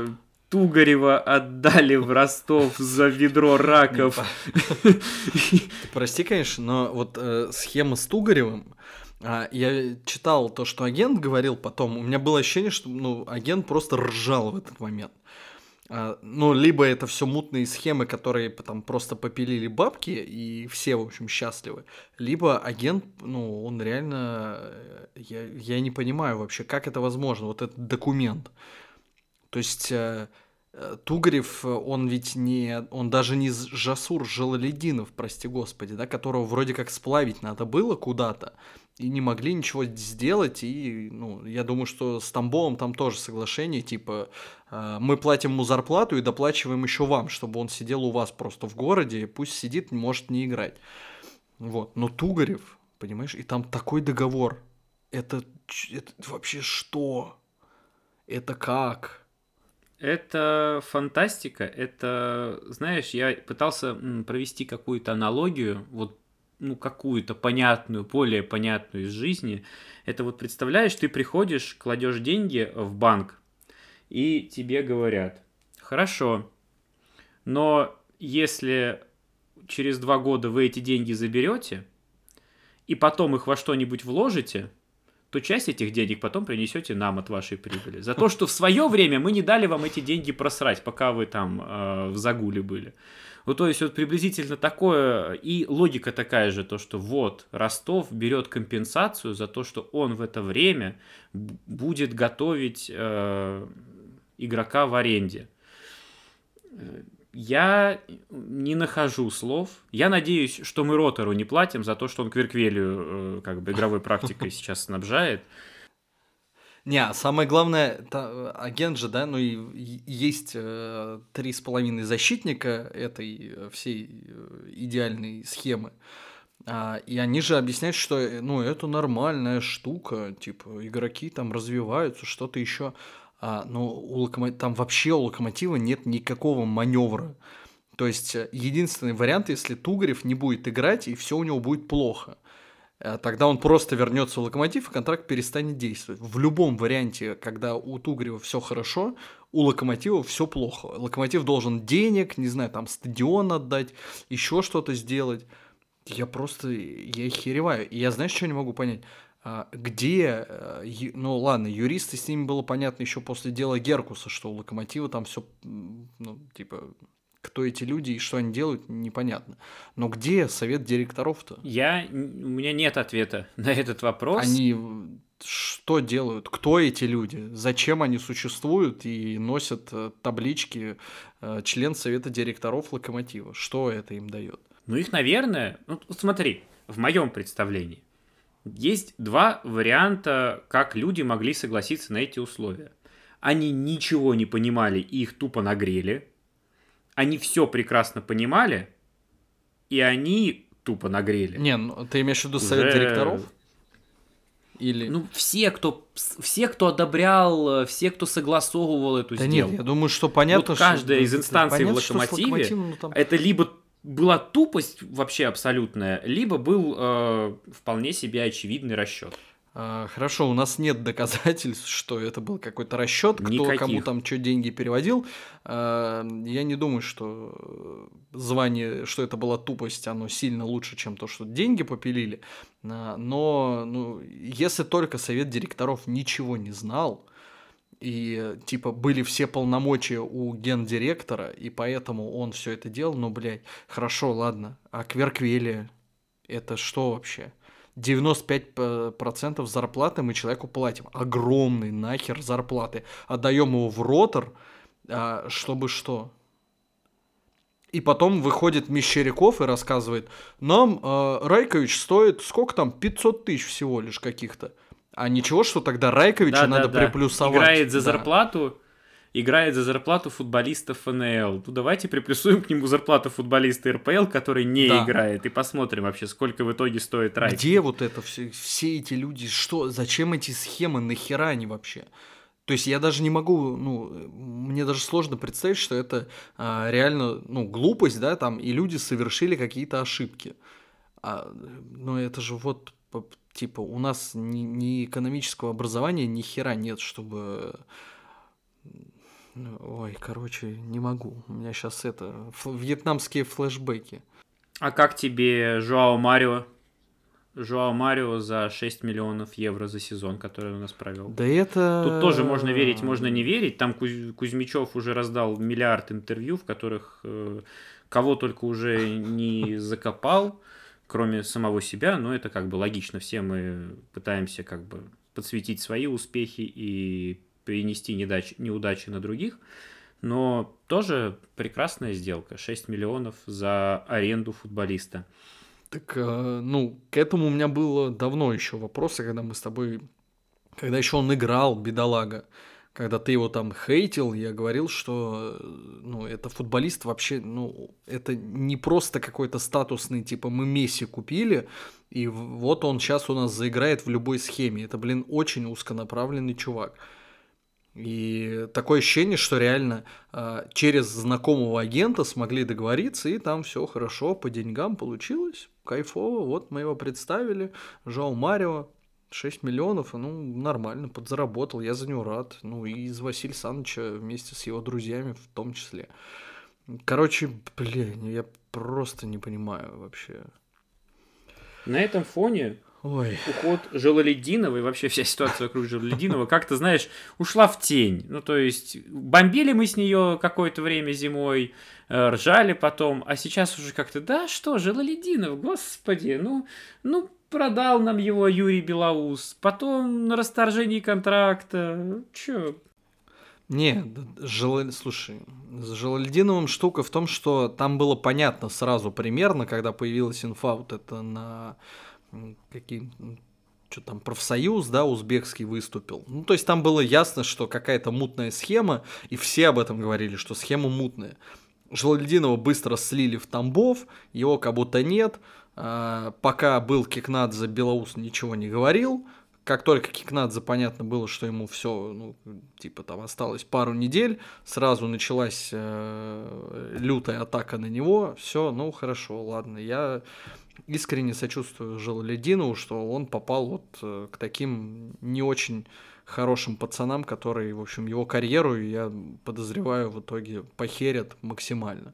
Тугарева отдали в Ростов за ведро раков. Прости, конечно, но вот э, схема с Тугаревым, а, я читал то, что агент говорил потом, у меня было ощущение, что ну, агент просто ржал в этот момент. А, ну, либо это все мутные схемы, которые там просто попилили бабки, и все, в общем, счастливы, либо агент, ну, он реально, э, я, я не понимаю вообще, как это возможно, вот этот документ. То есть э, э, Тугарев, э, он ведь не, он даже не з- Жасур Жалалетдинов, прости господи, да, которого вроде как сплавить надо было куда-то, и не могли ничего сделать, и, ну, я думаю, что с Тамбовым там тоже соглашение, типа, э, мы платим ему зарплату и доплачиваем еще вам, чтобы он сидел у вас просто в городе, и пусть сидит, может не играть. Вот, но Тугарев, понимаешь, и там такой договор, это, ч- это вообще что? Это как? Это фантастика, это, знаешь, я пытался м, провести какую-то аналогию, вот, ну, какую-то понятную, более понятную из жизни. Это вот представляешь, ты приходишь, кладешь деньги в банк, и тебе говорят, хорошо, но если через два года вы эти деньги заберете, и потом их во что-нибудь вложите, то часть этих денег потом принесете нам от вашей прибыли. За то, что в свое время мы не дали вам эти деньги просрать, пока вы там э, в загуле были. Ну, то есть, вот приблизительно такое, и логика такая же, то, что вот, Ростов берет компенсацию за то, что он в это время б- будет готовить э, игрока в аренде. Я не нахожу слов. Я надеюсь, что мы Ротору не платим за то, что он Квирквелию э, как бы игровой практикой сейчас снабжает. Не, а самое главное, та- агент же, да, ну и и- есть э, три с половиной защитника этой э, всей э, идеальной схемы. А, и они же объясняют, что, э, ну, это нормальная штука, типа, игроки там развиваются, что-то еще. А, но у Локомо- там вообще у Локомотива нет никакого маневра. То есть э, единственный вариант, если Тугарев не будет играть, и все у него будет плохо. Э, Тогда он просто вернется в Локомотив, и контракт перестанет действовать. В любом варианте, когда у Тугарева все хорошо, у Локомотива все плохо. Локомотив должен денег, не знаю, там стадион отдать, еще что-то сделать. Я просто, я охереваю. И я, знаешь, что не могу понять? А, Где, э, ю- ну ладно, юристы с ними было понятно еще после дела Геркуса, что у Локомотива там все, ну, типа, кто эти люди и что они делают, непонятно. Но где совет директоров-то? Я, у меня нет ответа на этот вопрос. Они э, что делают? Кто эти люди? Зачем они существуют и носят э, таблички э, член совета директоров Локомотива? Что это им дает? Ну, их, наверное... Ну, вот смотри, в моем представлении есть два варианта, как люди могли согласиться на эти условия. Они ничего не понимали и их тупо нагрели. Они все прекрасно понимали, и они тупо нагрели. Не, ну ты имеешь в виду совет Уже директоров? Или... Ну, все, кто, все, кто одобрял, э, все, кто согласовывал эту Да нет, сделку. я думаю, что понятно, Вот каждая что... из да, да, инстанций в понятно, что с Локомотиве, Локомотивом, ну, там... это либо была тупость вообще абсолютная, либо был э, вполне себе очевидный расчет. А, хорошо, у нас нет доказательств, что это был какой-то расчет, кто Никаких. кому там что деньги переводил. А, я не думаю, что э, звание, что это была тупость, оно сильно лучше, чем то, что деньги попилили. А, но, ну, если только совет директоров ничего не знал, и э, типа были все полномочия у гендиректора, и поэтому он все это делал, ну, блядь, хорошо, ладно, а Кверквелия, это что вообще? девяносто пять процентов зарплаты мы человеку платим. Огромный нахер зарплаты. Отдаем его в ротор, а, чтобы что? И потом выходит Мещеряков и рассказывает, нам э, Райкович стоит, сколько там, пятьсот тысяч всего лишь каких-то. А ничего, что тогда Райковича надо Да-да-да. приплюсовать. Играет за Да. зарплату, играет за зарплату футболистов эн эл. Ну, давайте приплюсуем к нему зарплату футболиста эр пэ эл, который не Да. играет, и посмотрим вообще, сколько в итоге стоит Райкович. Где вот это все, все эти люди, что, зачем эти схемы, нахера они вообще? То есть я даже не могу, ну, мне даже сложно представить, что это а, реально, ну, глупость, да, там, и люди совершили какие-то ошибки. А, но это же вот, п- типа, у нас ни, ни экономического образования, ни хера нет, чтобы... Ой, короче, не могу. У меня сейчас это... фл- вьетнамские флешбеки. А как тебе Жоао Марио? Жоао Марио за шесть миллионов евро за сезон, который он у нас провел. Да это... Тут тоже можно верить, можно не верить. Там Куз- Кузьмичев уже раздал миллиард интервью, в которых э, кого только уже не закопал, кроме самого себя. Но это как бы логично. Все мы пытаемся как бы подсветить свои успехи и перенести недач- неудачи на других. Но тоже прекрасная сделка. шесть миллионов за аренду футболиста. Так, э, ну, к этому у меня было давно еще вопросы, когда мы с тобой... Когда еще он играл, бедолага. Когда ты его там хейтил, я говорил, что, э, ну, это футболист вообще, ну, это не просто какой-то статусный, типа, мы Месси купили, и в- вот он сейчас у нас заиграет в любой схеме. Это, блин, очень узконаправленный чувак. И такое ощущение, что реально а, через знакомого агента смогли договориться, и там все хорошо, по деньгам получилось, кайфово, вот мы его представили, Жоао Марио, шесть миллионов, ну, нормально, подзаработал, я за него рад, ну, и из Василия Саныча вместе с его друзьями в том числе. Короче, блин, я просто не понимаю вообще. На этом фоне Ой, уход Желалетдинова и вообще вся ситуация вокруг Желалетдинова как-то, знаешь, ушла в тень. Ну, то есть, бомбили мы с нее какое-то время зимой, э, ржали потом, а сейчас уже как-то, да что, Желалетдинов, господи, ну, ну, продал нам его Юрий Белоус, потом на расторжении контракта, чё? не, д- Жел- слушай, с Желальдиновым штука в том, что там было понятно сразу примерно, когда появилась инфа вот это на м, какие, что там, профсоюз, да, узбекский выступил. Ну, то есть там было ясно, что какая-то мутная схема, и все об этом говорили, что схема мутная. Желальдинова быстро слили в Тамбов, его как будто нет. А, пока был Кикнадзе, Белоус ничего не говорил. Как только Кикнадзе понятно было, что ему все, ну, типа там осталось пару недель, сразу началась э, лютая атака на него. Все, ну хорошо, ладно, я искренне сочувствую Желалетдинову, что он попал вот э, к таким не очень хорошим пацанам, которые, в общем, его карьеру, я подозреваю, в итоге похерят максимально.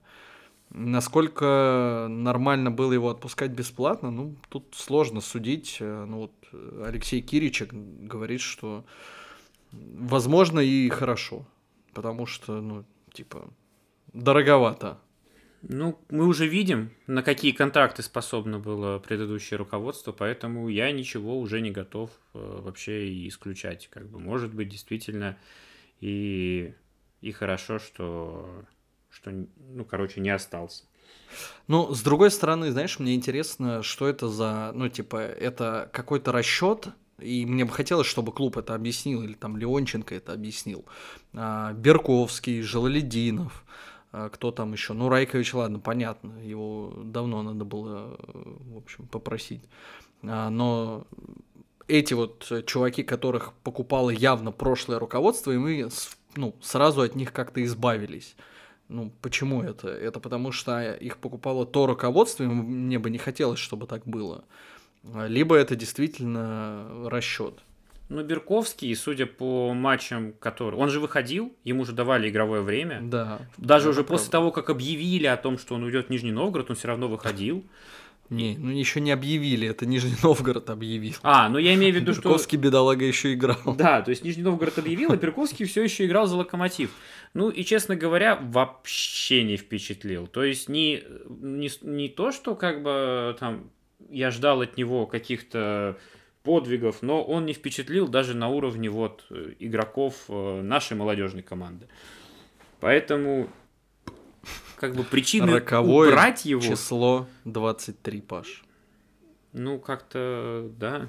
Насколько нормально было его отпускать бесплатно, ну, тут сложно судить. Э, Ну, вот э, Алексей Киричек говорит, что возможно и хорошо, потому что, ну, типа, дороговато. Ну, мы уже видим, на какие контракты способно было предыдущее руководство, поэтому я ничего уже не готов э, вообще и исключать. Как бы, может быть, действительно и, и хорошо, что, что, ну, короче, не остался. Ну, с другой стороны, знаешь, мне интересно, что это за, ну, типа, это какой-то расчет, и мне бы хотелось, чтобы клуб это объяснил, или там Леонченко это объяснил. А, Берковский, Желалетдинов, а, кто там еще? Ну, Райкович, ладно, понятно, его давно надо было, э, в общем, попросить. А, но эти вот э, чуваки, которых покупало явно прошлое руководство, и мы с- ну, сразу от них как-то избавились. Ну, почему это? Это потому что их покупало то руководство, и мне бы не хотелось, чтобы так было. А, Либо это действительно расчет. Ну, Берковский, судя по матчам, которые... Он же выходил, ему же давали игровое время. Да. Даже это уже после правда. того, как объявили о том, что он уйдет в Нижний Новгород, он все равно выходил. Не, ну еще не объявили, это Нижний Новгород объявил. А, ну я имею в виду, что... Берковский бедолага еще играл. Да, то есть Нижний Новгород объявил, а Берковский все еще играл за Локомотив. Ну и, честно говоря, вообще не впечатлил. То есть не, не, не то, что как бы там я ждал от него каких-то подвигов, но он не впечатлил даже на уровне вот э, игроков э, нашей молодежной команды. Поэтому как бы причины Роковое убрать его, число двадцать три, Паш. ну как-то, да.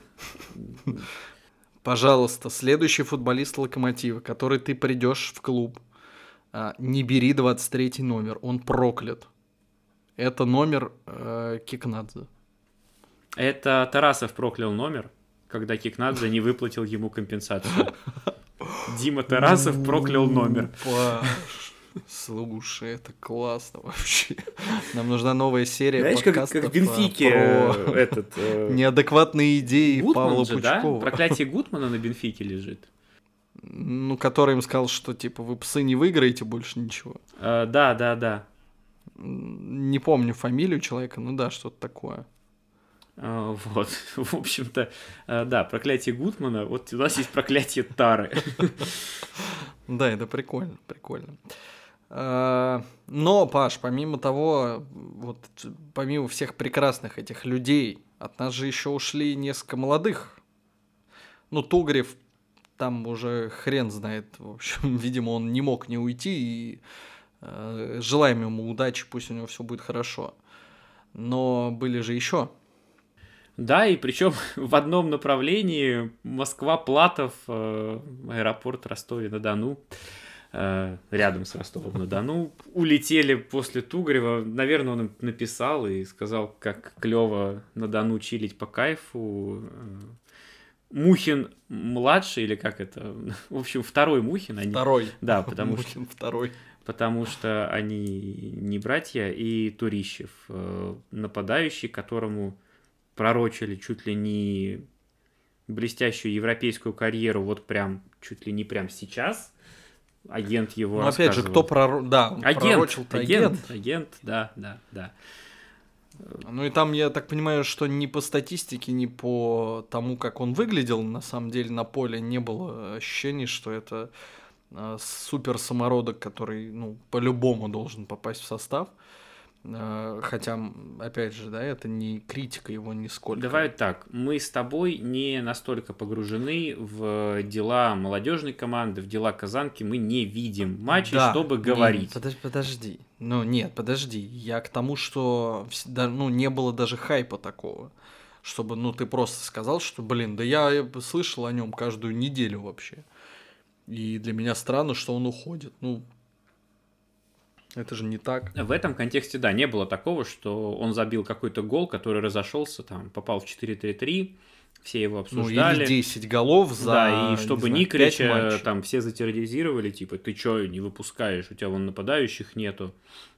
Пожалуйста, следующий футболист Локомотива, который ты придешь в клуб, а, не бери двадцать третий номер, он проклят. Это номер э, Кикнадзе. Это Тарасов проклял номер, когда Кикнадзе не выплатил ему компенсацию. Дима Тарасов проклял номер. Паш, слушай, это классно вообще. Нам нужна новая серия Знаешь, как, подкастов как в а, Бенфике про э, этот... э, неадекватные идеи Гутман Павла же, да? Пучкова. Проклятие Гутмана на Бенфике лежит. Ну, который им сказал, что, типа, вы, псы, не выиграете больше ничего. Э, да, да, да. Не помню фамилию человека, ну да, что-то такое. Э, вот, в общем-то, э, да, проклятие Гутмана, вот у нас есть проклятие Тары. Да, это прикольно, прикольно. А, Но, Паш, помимо того, вот помимо всех прекрасных этих людей, от нас же еще ушли несколько молодых. Ну, Тугрев, там уже хрен знает. В общем, видимо, он не мог не уйти. И э, желаем ему удачи, пусть у него все будет хорошо. Но были же еще. Да, и причем в одном направлении Москва-Платов, э, аэропорт Ростове-на-Дону, э, рядом с Ростовом-на-Дону, улетели после Тугрева. Наверное, он им написал и сказал, как клево на Дону чилить по кайфу. Мухин младший, или как это? В общем, второй Мухин. Они... Второй. Да, потому Мухин что... второй. Потому что они не братья, и Турищев, э, нападающий, которому пророчили чуть ли не блестящую европейскую карьеру, вот прям, чуть ли не прям сейчас. Агент его Ну, опять же, кто прор... да, агент, пророчил-то агент, агент. агент, да, да, да. Ну и там, я так понимаю, что ни по статистике, ни по тому, как он выглядел, на самом деле, на поле не было ощущений, что это э, супер самородок, который, ну, по-любому должен попасть в состав. Э, хотя, опять же, да, это не критика его нисколько. Давай так, мы с тобой не настолько погружены в дела молодежной команды, в дела Казанки, мы не видим матчей, Да, чтобы не, говорить. Подожди, подожди. Ну, нет, подожди. Я к тому, что всегда, ну, не было даже хайпа такого. Чтобы, ну, ты просто сказал, что, блин, да я слышал о нем каждую неделю вообще. И для меня странно, что он уходит. Ну, это же не так. В этом контексте, да, не было такого, что он забил какой-то гол, который разошелся, там, попал в четыре три три, все его обсуждали. Ну, или десять голов за, да, и чтобы не знаю, пять Николича матчей. там все затерроризировали, типа, ты чё, не выпускаешь, у тебя вон нападающих нету,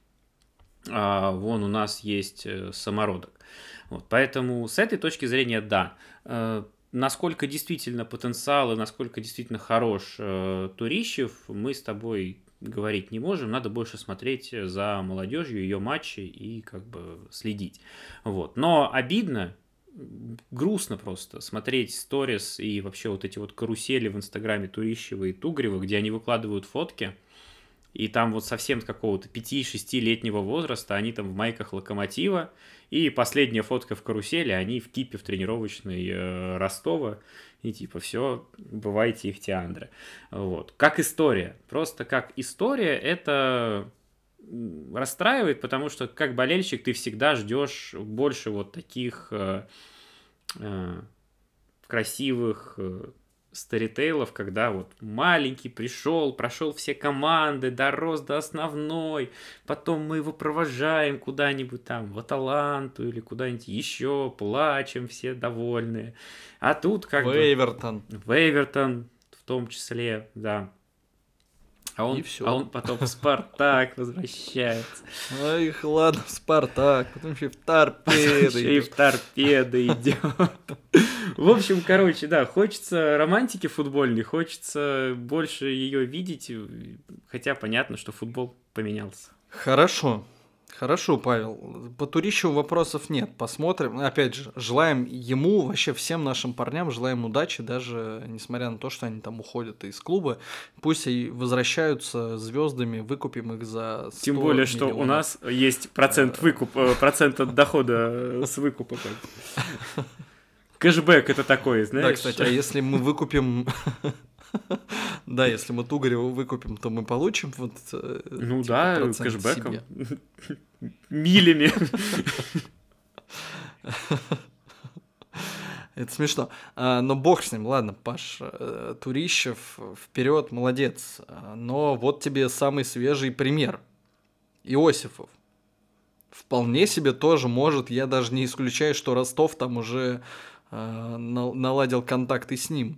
а вон у нас есть э, самородок. Вот, поэтому с этой точки зрения, да. Э, насколько действительно потенциал и насколько действительно хорош э, Турищев, мы с тобой говорить не можем, надо больше смотреть за молодежью, ее матчи и как бы следить. Вот. Но обидно, грустно просто смотреть сторис и вообще вот эти вот карусели в инстаграме Турищева и Тугрева, где они выкладывают фотки, и там вот совсем с какого-то пяти-шестилетнего возраста они там в майках Локомотива, и последняя фотка в карусели, они в кипе в тренировочной э, Ростова, и типа все, бывайте их Ихтиандры. Вот. Как история. Просто как история это расстраивает, потому что как болельщик ты всегда ждешь больше вот таких э, э, красивых э, старитейлов, когда вот маленький пришел, прошел все команды, дорос до основной, потом мы его провожаем куда-нибудь там в Аталанту или куда-нибудь еще, плачем, все довольные. А тут как в бы... Эвертон. В Эвертон в том числе, да. А он, И всё. а он потом в Спартак возвращается. Ай, ладно, в Спартак, потом еще и в Торпедо. Еще и в Торпедо идет. В общем, короче, да, хочется романтики футбольной, хочется больше ее видеть, хотя понятно, что футбол поменялся. Хорошо. Хорошо, Павел. По Турищеву вопросов нет. Посмотрим. Опять же, желаем ему, вообще всем нашим парням, желаем удачи, даже несмотря на то, что они там уходят из клуба. Пусть и возвращаются звездами, выкупим их за сто Тем более, что миллионов. у нас есть процент выкупа, процент от дохода с выкупа. Кэшбэк это такой, знаешь. Да, кстати, а если мы выкупим... Да, если мы Тугрева выкупим, то мы получим вот ну типа, да, процент кэшбэком. себе. Милями. Это смешно. А, но бог с ним, ладно, Паш, Турищев вперед, молодец. Но вот тебе самый свежий пример. Иосифов. Вполне себе тоже может, я даже не исключаю, что Ростов там уже э, наладил контакты с ним.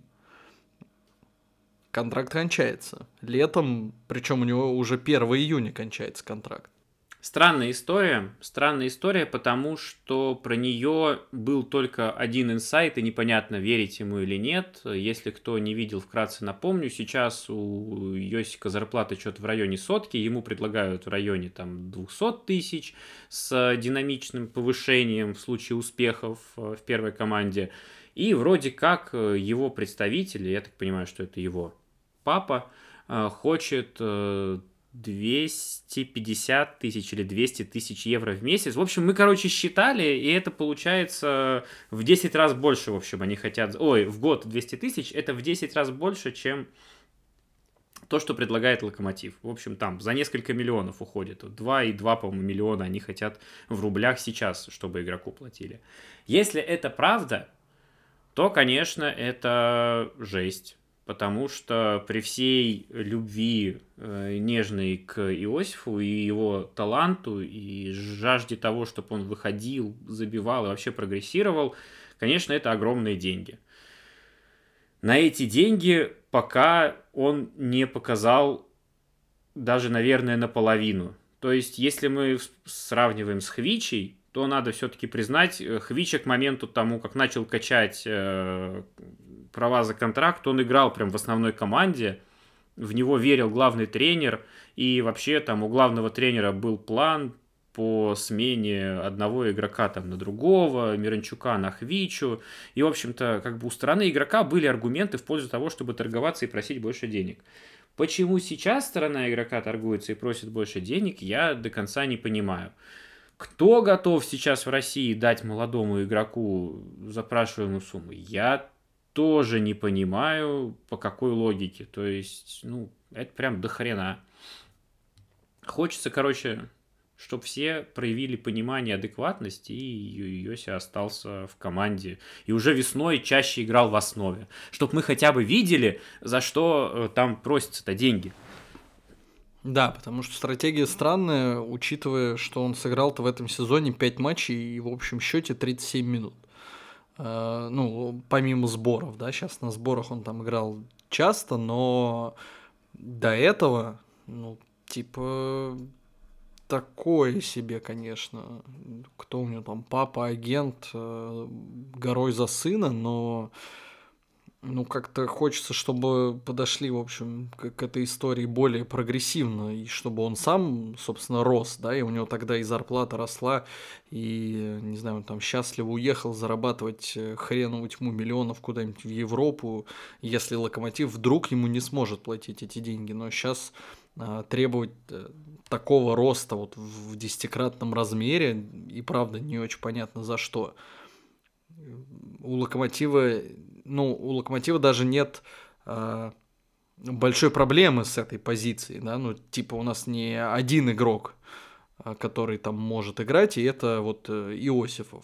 Контракт кончается. Летом, причем у него уже первого июня кончается контракт. Странная история, странная история, потому что про нее был только один инсайт, и непонятно, верить ему или нет. Если кто не видел, вкратце напомню, сейчас у Йосика зарплата что-то в районе сотки, ему предлагают в районе там двухсот тысяч с динамичным повышением в случае успехов в первой команде. И вроде как его представители, я так понимаю, что это его папа, хочет двести пятьдесят тысяч или двести тысяч евро в месяц. В общем, мы, короче, считали, и это получается в десять раз больше, в общем, они хотят... Ой, в год двести тысяч, это в десять раз больше, чем то, что предлагает Локомотив. В общем, там за несколько миллионов уходит. два и два, по-моему, миллиона они хотят в рублях сейчас, чтобы игроку платили. Если это правда, то, конечно, это жесть. Потому что при всей любви э, нежной к Иосифу и его таланту, и жажде того, чтобы он выходил, забивал и вообще прогрессировал, конечно, это огромные деньги. На эти деньги пока он не показал даже, наверное, наполовину. То есть, если мы сравниваем с Хвичей, то надо все-таки признать, Хвича к моменту тому, как начал качать... Э, права за контракт, он играл прям в основной команде, в него верил главный тренер, и вообще там у главного тренера был план по смене одного игрока там на другого, Миранчука на Хвичу, и, в общем-то, как бы у стороны игрока были аргументы в пользу того, чтобы торговаться и просить больше денег. Почему сейчас сторона игрока торгуется и просит больше денег, я до конца не понимаю. Кто готов сейчас в России дать молодому игроку запрашиваемую сумму? Я тоже не понимаю, по какой логике. То есть, ну, это прям до хрена. Хочется, короче, чтобы все проявили понимание, адекватность, и Йося остался в команде. И уже весной чаще играл в основе. Чтобы мы хотя бы видели, за что там просятся-то деньги. Да, потому что стратегия странная, учитывая, что он сыграл-то в этом сезоне пять матчей и в общем счете тридцать семь минут. Ну, помимо сборов, да, сейчас на сборах он там играл часто, но до этого, ну, типа, такое себе, конечно. Кто у него там, папа, агент, горой за сына, но, ну, как-то хочется, чтобы подошли, в общем, к, к этой истории более прогрессивно, и чтобы он сам, собственно, рос, да, и у него тогда и зарплата росла, и, не знаю, он там счастливо уехал зарабатывать хреновую тьму миллионов куда-нибудь в Европу, если Локомотив вдруг ему не сможет платить эти деньги, но сейчас а, требовать такого роста вот в десятикратном размере, и правда не очень понятно за что. У Локомотива, ну, у Локомотива даже нет э, большой проблемы с этой позицией, да, ну, типа у нас не один игрок, который там может играть, и это вот Иосифов.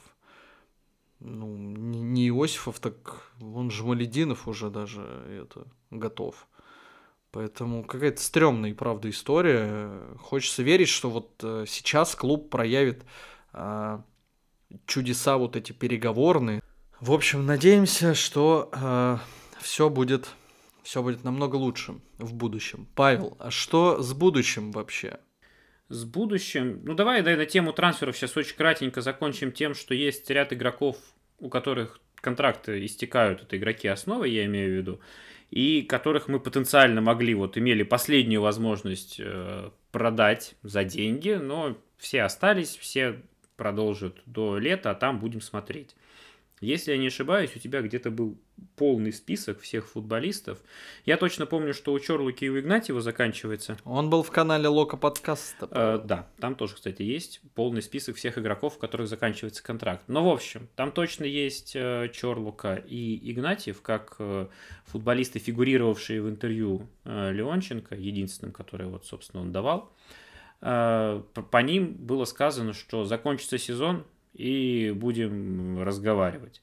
Ну, не Иосифов, так он же Малединов уже даже это готов. Поэтому какая-то стрёмная и правда история. Хочется верить, что вот сейчас клуб проявит э, чудеса вот эти переговорные. В общем, надеемся, что э, все будет, все будет намного лучше в будущем. Павел, а что с будущим вообще? С будущим? Ну, давай, да, на тему трансферов сейчас очень кратенько закончим тем, что есть ряд игроков, у которых контракты истекают, это игроки основы, я имею в виду, и которых мы потенциально могли, вот, имели последнюю возможность э, продать за деньги, но все остались, все продолжат до лета, а там будем смотреть. Если я не ошибаюсь, у тебя где-то был полный список всех футболистов. Я точно помню, что у Чорлуки и у Игнатьева заканчивается. Он был в канале Лока подкаста. Э, да, там тоже, кстати, есть полный список всех игроков, у которых заканчивается контракт. Но, в общем, там точно есть э, Чорлука и Игнатьев, как э, футболисты, фигурировавшие в интервью э, Леонченко, единственным, которое, вот, собственно, он давал. Э, по, по ним было сказано, что закончится сезон, и будем разговаривать.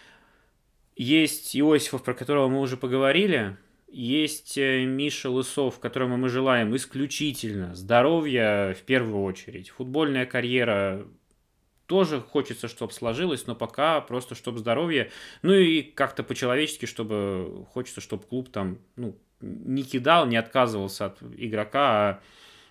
Есть Иосифов, про которого мы уже поговорили. Есть Миша Лысов, которому мы желаем исключительно здоровья в первую очередь. Футбольная карьера тоже хочется, чтобы сложилось, но пока просто чтобы здоровье. Ну и как-то по-человечески, чтобы хочется, чтобы клуб там ну, не кидал, не отказывался от игрока, а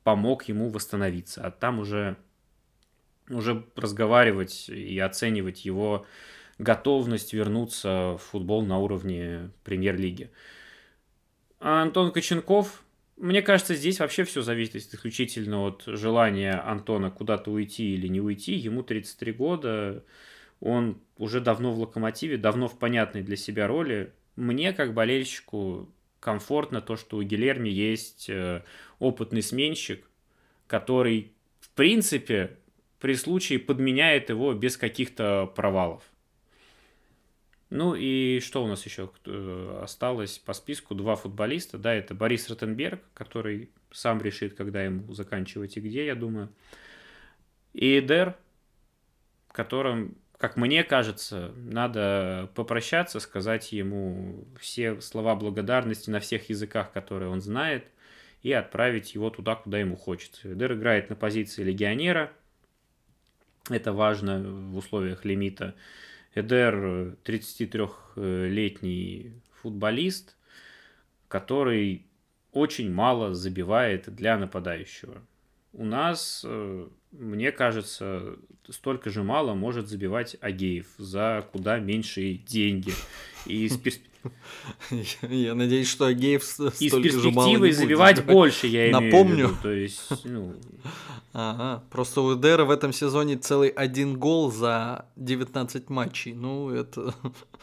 помог ему восстановиться. А там уже, уже разговаривать и оценивать его готовность вернуться в футбол на уровне премьер-лиги. А Антон Коченков, мне кажется, здесь вообще все зависит исключительно от желания Антона куда-то уйти или не уйти. Ему тридцать три года, он уже давно в «Локомотиве», давно в понятной для себя роли. Мне, как болельщику, комфортно то, что у Гильерми есть опытный сменщик, который, в принципе, при случае подменяет его без каких-то провалов. Ну и что у нас еще осталось по списку? Два футболиста. Да, это Борис Ротенберг, который сам решит, когда ему заканчивать и где, я думаю. И Эдер, которым, как мне кажется, надо попрощаться, сказать ему все слова благодарности на всех языках, которые он знает, и отправить его туда, куда ему хочется. Эдер играет на позиции легионера. Это важно в условиях лимита. Эдер тридцатитрёхлетний футболист, который очень мало забивает для нападающего. У нас, мне кажется, столько же мало может забивать Агеев за куда меньшие деньги. И из перспективы... Я надеюсь, что Агеев столько и с же мало не будет забивать забивать. больше, я имею Напомню. в виду. То есть, ну... Ага, просто у Эдера в этом сезоне целый один гол за девятнадцать матчей. Ну, это...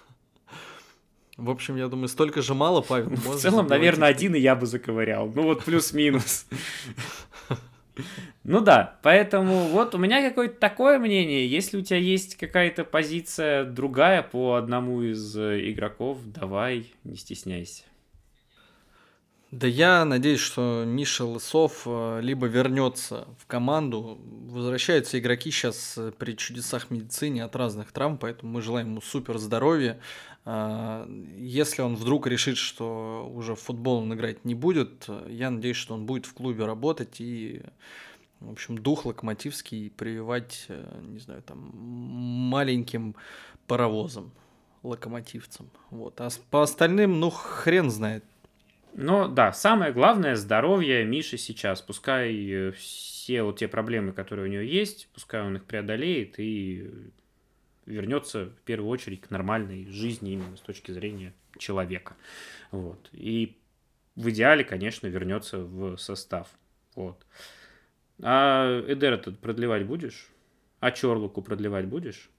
В общем, я думаю, столько же мало, Павел. В целом, наверное, один и я бы заковырял. Ну вот плюс-минус. Ну да, поэтому вот у меня какое-то такое мнение. Если у тебя есть какая-то позиция другая по одному из игроков, давай, не стесняйся. Да я надеюсь, что Миша Лысов либо вернется в команду. Возвращаются игроки сейчас при чудесах медицины от разных травм, поэтому мы желаем ему супер здоровья. Если он вдруг решит, что уже в футбол он играть не будет, я надеюсь, что он будет в клубе работать и, в общем, дух локомотивский прививать, не знаю, там, маленьким паровозом, локомотивцам. Вот. А по остальным, ну, хрен знает. Но да, самое главное — здоровье Миши сейчас. Пускай все вот те проблемы, которые у него есть, пускай он их преодолеет и вернется в первую очередь к нормальной жизни именно с точки зрения человека. Вот. И в идеале, конечно, вернется в состав. Вот. А Эдера ты продлевать будешь? А Чорлуку продлевать будешь?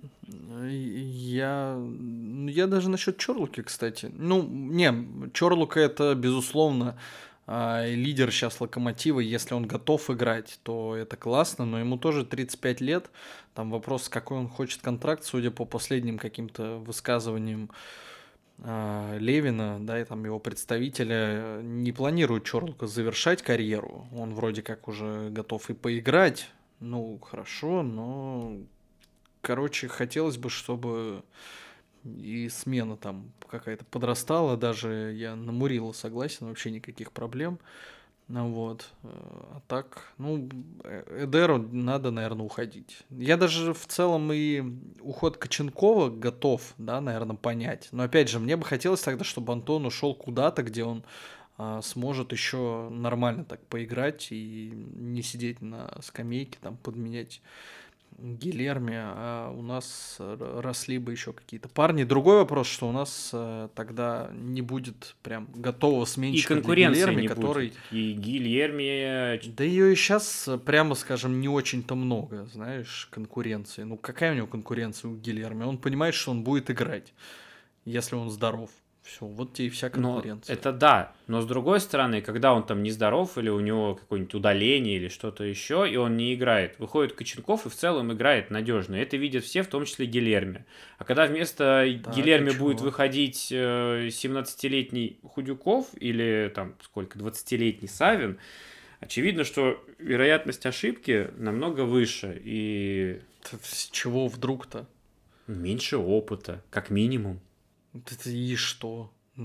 Я, я даже насчет Чорлуки, кстати. Ну, не, Чорлука это, безусловно, лидер сейчас Локомотива. Если он готов играть, то это классно, но ему тоже тридцать пять лет. Там вопрос, какой он хочет контракт, судя по последним каким-то высказываниям Левина, да, и там его представителя, не планирует Чорлука завершать карьеру. Он вроде как уже готов и поиграть. Ну, хорошо, но... Короче, хотелось бы, чтобы и смена там какая-то подрастала, даже я на Мурила согласен, вообще никаких проблем. Ну вот. А так, ну, Эдеру надо, наверное, уходить. Я даже в целом и уход Коченкова готов, да, наверное, понять. Но опять же, мне бы хотелось тогда, чтобы Антон ушел куда-то, где он а, сможет еще нормально так поиграть и не сидеть на скамейке, там, подменять Гильерми, а у нас росли бы еще какие-то парни. Другой вопрос, что у нас э, тогда не будет прям готового сменщика и конкуренции для Гильерми, не который... будет. И Гильерми... Да ее и сейчас, прямо скажем, не очень-то много, знаешь, конкуренции. Ну, какая у него конкуренция у Гильерми? Он понимает, что он будет играть, если он здоров. Все, вот тебе и вся конкуренция. Но это да, но с другой стороны, когда он там нездоров, или у него какое-нибудь удаление, или что-то еще, и он не играет, выходит Коченков и в целом играет надежно. Это видят все, в том числе Гильерми. А когда вместо да, Гильерми будет выходить э, семнадцатилетний Худюков или там сколько, двадцатилетний Савин, очевидно, что вероятность ошибки намного выше. И... С чего вдруг-то? Меньше опыта, как минимум. И что? Ну,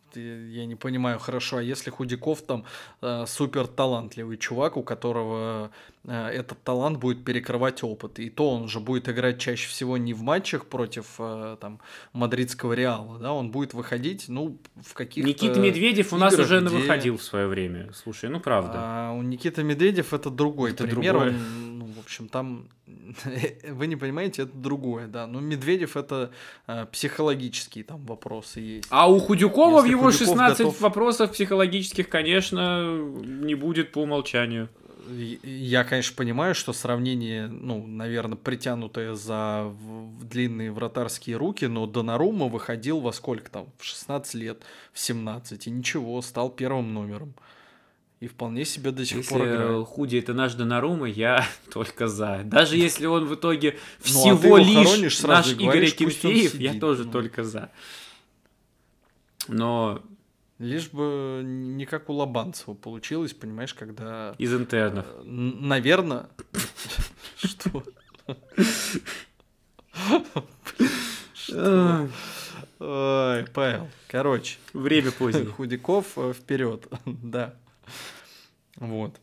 я не понимаю, хорошо, а если Худяков там э, супер талантливый чувак, у которого э, этот талант будет перекрывать опыт, и то он же будет играть чаще всего не в матчах против э, там мадридского Реала, да, он будет выходить, ну, в каких-то Никита Медведев у нас играх, уже где... выходил в свое время, слушай, ну правда. А у Никиты Медведев это другой это пример, другое. Он, ну, в общем, там, вы не понимаете, это другое, да, но Медведев это э, психологические там вопросы есть. А у Худякова Если в его Худяков шестнадцать готов- вопросов психологических, конечно, не будет по умолчанию. И- Я, конечно, понимаю, что сравнение, ну, наверное, притянутое за в- в длинные вратарские руки, но Донарума выходил во сколько там? В шестнадцать лет, в семнадцать, и ничего, стал первым номером. И вполне себе до сих пор Если играет. Худи это наш Донарума, я только за. Даже если он в итоге Ну, а ты всего его лишь хоронишь сразу наш и Игорь говоришь, пусть он Акинфеев, я сидит, тоже ну. только за. Но Лишь бы не как у Лобанцева получилось, понимаешь, когда, из интернов. наверное, что? Ах, Ой, Павел, короче, Время позднее. Худяков вперед, да. Вот.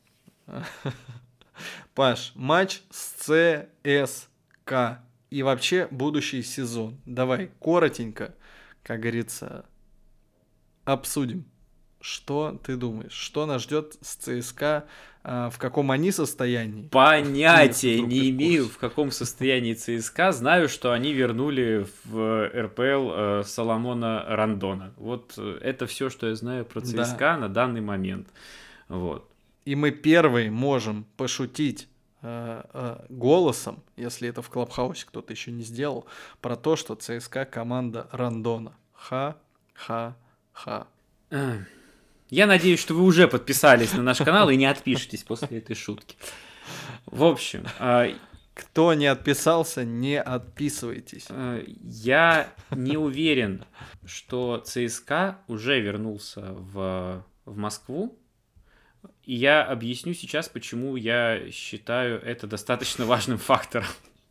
Паш, матч с ЦСКА и вообще будущий сезон. Давай, коротенько, как говорится, обсудим. Что ты думаешь? Что нас ждет с ЦСКА? а, В каком они состоянии? Понятия Если вдруг ты не в имею, курсе. в каком состоянии ЦСКА. Знаю, что они вернули в РПЛ э, Соломона Рандона. Вот э, это все, что я знаю про Да. ЦСКА на данный момент. Вот. И мы первые можем пошутить э, э, голосом, если это в Клабхаусе кто-то еще не сделал, про то, что ЦСКА команда Рандона. Ха-ха-ха. Ах. Я надеюсь, что вы уже подписались на наш канал и не отпишетесь после этой шутки. В общем, а, Кто не отписался, не отписывайтесь. а, я не уверен, что ЦСКА уже вернулся в, в Москву. И я объясню сейчас, почему я считаю это достаточно важным фактором.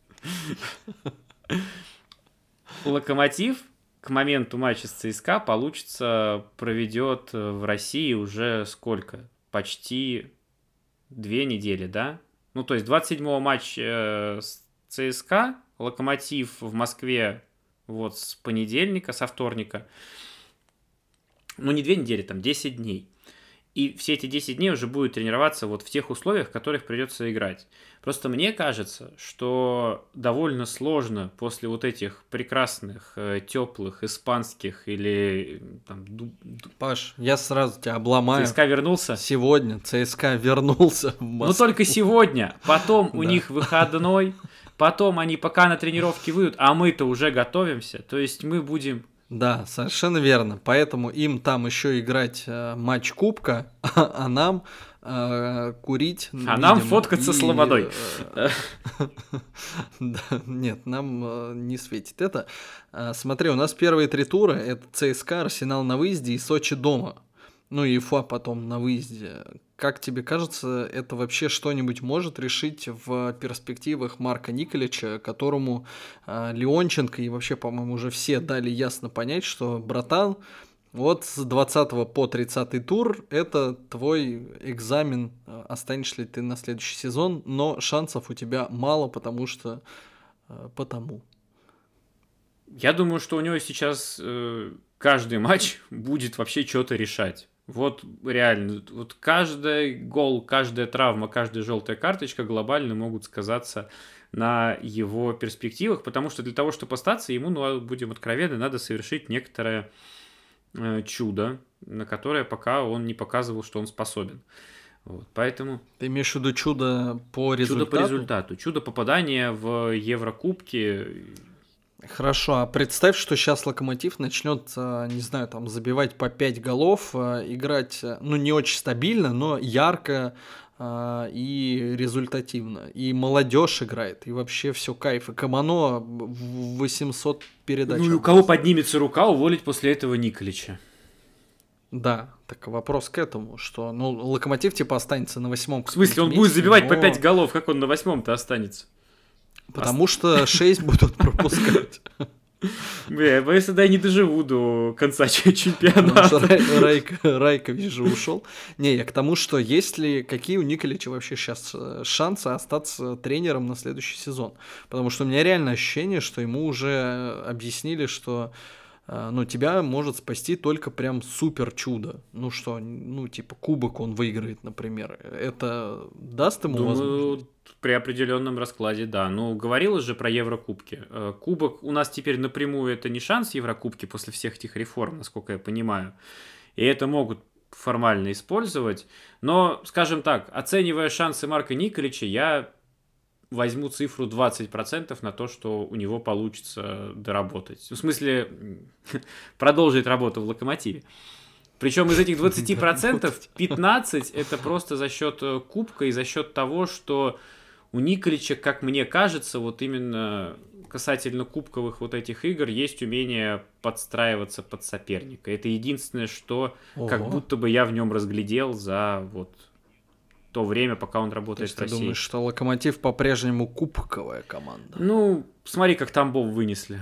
Локомотив к моменту матча с ЦСКА, получится, проведет в России уже сколько? Почти две недели, да? Ну, то есть двадцать седьмого матч э, с ЦСКА, Локомотив в Москве вот с понедельника, со вторника. Ну, не две недели, там десять дней. И все эти десять дней уже будет тренироваться вот в тех условиях, в которых придется играть. Просто мне кажется, что довольно сложно после вот этих прекрасных, э, теплых, испанских или э, там, ду- ду- Паш, я сразу тебя обломаю. ЦСКА вернулся. Сегодня ЦСКА вернулся в Москву. Но только сегодня. Потом у Да. них выходной. Потом они пока на тренировке выйдут, а мы-то уже готовимся. То есть мы будем... Да, совершенно верно. Поэтому им там еще играть э, матч Кубка, а нам э, курить. А нам видимо, фоткаться с Лободой. э, да, Нет, нам э, не светит это. Э, Смотри, у нас первые три тура — это ЦСКА, Арсенал на выезде и Сочи дома. Ну и Уфа потом на выезде. Как тебе кажется, это вообще что-нибудь может решить в перспективах Марка Николича, которому э, Леонченко и вообще, по-моему, уже все дали ясно понять, что, братан, вот с двадцатого по тридцатый тур это твой экзамен, э, останешься ли ты на следующий сезон, но шансов у тебя мало, потому что... э, потому. Я думаю, что у него сейчас э, каждый матч будет вообще что-то решать. Вот реально, вот каждый гол, каждая травма, каждая желтая карточка глобально могут сказаться на его перспективах, потому что для того, чтобы остаться, ему, ну, будем откровенны, надо совершить некоторое э, чудо, на которое пока он не показывал, что он способен. Вот, поэтому... Ты имеешь в виду чудо по результату? Чудо по результату. Чудо попадания в Еврокубки. Хорошо, а представь, что сейчас Локомотив начнет, а, не знаю, там забивать по пять голов, а, играть, а, ну, не очень стабильно, но ярко а, и результативно. И молодежь играет, и вообще все кайф. И Камано в восемьсот передач. Ну и у кого поднимется рука уволить после этого Николича? Да, так вопрос к этому, что, ну, Локомотив типа останется на восьмом. В смысле, он будет забивать по пять голов, как он на восьмом-то останется? Потому что шесть будут пропускать. Бля, я боюсь, тогда я не доживу до конца ч- Потому что чемпионата. Рай- Райк- Райкович же ушел. Не, я к тому, что есть ли, какие у Николича вообще сейчас шансы остаться тренером на следующий сезон. Потому что у меня реально ощущение, что ему уже объяснили, что э, ну, тебя может спасти только прям супер чудо. Ну что, ну типа кубок он выиграет, например. Это даст ему возможность? Думаю, при определенном раскладе, да. Ну, говорилось же про Еврокубки. Э, Кубок у нас теперь напрямую это не шанс Еврокубки после всех этих реформ, насколько я понимаю. И это могут формально использовать. Но, скажем так, оценивая шансы Марка Николича, я возьму цифру двадцать процентов на то, что у него получится доработать. В смысле, продолжить работу в «Локомотиве». Причем из этих двадцати процентов пятнадцать это просто за счет э, кубка и за счет того, что у Николича, как мне кажется, вот именно касательно кубковых вот этих игр, есть умение подстраиваться под соперника. Это единственное, что как Ого. будто бы я в нем разглядел за вот то время, пока он То работает есть в ты России. думаешь, что Локомотив по-прежнему кубковая команда? Ну, смотри, как Тамбов вынесли.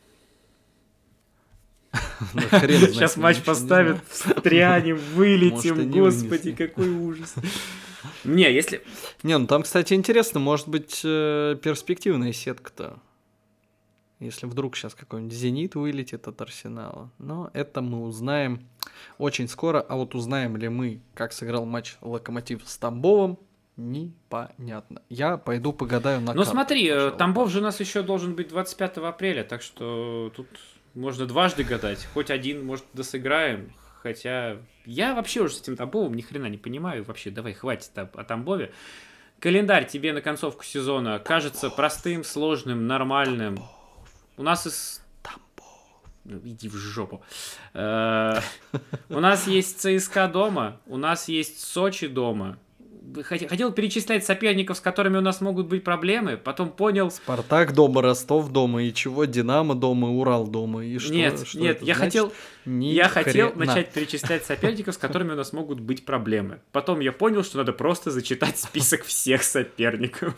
Ну, хрен знает, Сейчас я матч ничего не поставят, знаю. встрянем, Может, и вылетим. не Господи, вынесли. какой ужас. Не, если... Не, ну там, кстати, интересно, может быть, э, перспективная сетка-то. Если вдруг сейчас какой-нибудь «Зенит» вылетит от «Арсенала». Но это мы узнаем очень скоро. А вот узнаем ли мы, как сыграл матч «Локомотив» с Тамбовом, непонятно. Я пойду погадаю на Ну картах, смотри, э, пожалуй. Тамбов же у нас еще должен быть двадцать пятого апреля, так что тут можно дважды гадать. Хоть один, может, досыграем. Хотя я вообще уже с этим Тамбовым ни хрена не понимаю. Вообще, давай, хватит о, о Тамбове. Календарь тебе на концовку сезона кажется простым, сложным, нормальным. У нас из... Ну, иди в жопу. Э, У нас есть ЦСКА дома, у нас есть Сочи дома. Хот- Хотел перечислять соперников, с которыми у нас могут быть проблемы, потом понял... «Спартак» дома, «Ростов» дома, и чего? «Динамо» дома, «Урал» дома, и что? Нет, что нет, это я значит? хотел, Ни я хотел хрена. начать перечислять соперников, с которыми у нас могут быть проблемы. Потом я понял, что надо просто зачитать список всех соперников.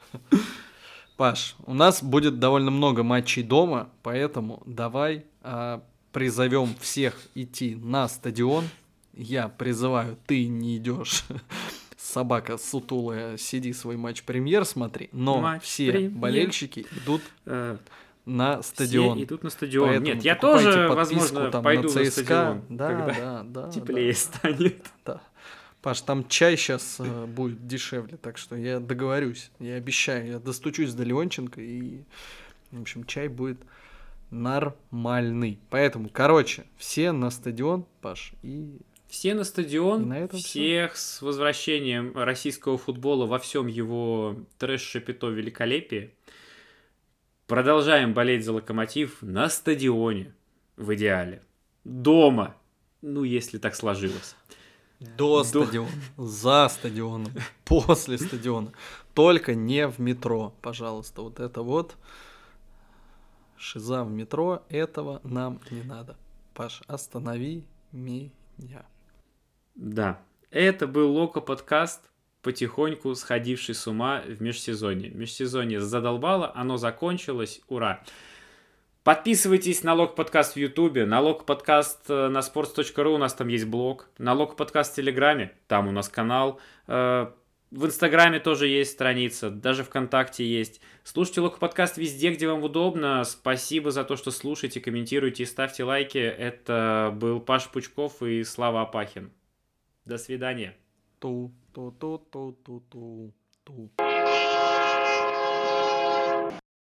Паш, у нас будет довольно много матчей дома, поэтому давай а, призовем всех идти на стадион. Я призываю, ты не идешь. Собака сутулая, сиди свой матч премьер смотри. Но Матч все премьер. болельщики идут Э, на стадион. Все идут на стадион. Поэтому Нет, я покупайте тоже, подписку возможно, там пойду на на ЦСКА. стадион, Да, когда да, да, теплее да, станет. да. Паш, там чай сейчас будет дешевле, так что я договорюсь, я обещаю, я достучусь до Леонченко, и, в общем, чай будет нормальный. Поэтому, короче, все на стадион, Паш, и Все на И стадион, на этом всех с возвращением российского футбола во всем его трэш-шапито великолепии. Продолжаем болеть за Локомотив на стадионе, в идеале. Дома, ну, если так сложилось. до До- стадиона, за стадионом, после стадиона. Только не в метро, пожалуйста. Вот это вот шиза в метро, этого нам не надо. Паш, останови меня. Да, это был Локо-подкаст, потихоньку сходивший с ума в межсезонье. Межсезонье задолбало, оно закончилось, ура! Подписывайтесь на Лок-подкаст в Ютубе, на Лок-подкаст э, на sports точка ru, у нас там есть блог, на Лок-подкаст в Телеграме, там у нас канал, э, в Инстаграме тоже есть страница, даже ВКонтакте есть. Слушайте Лок-подкаст везде, где вам удобно. Спасибо за то, что слушаете, комментируете и ставьте лайки. Это был Паша Пучков и Слава Апахин. До свидания. Ту, ту, ту, ту, ту, ту, ту.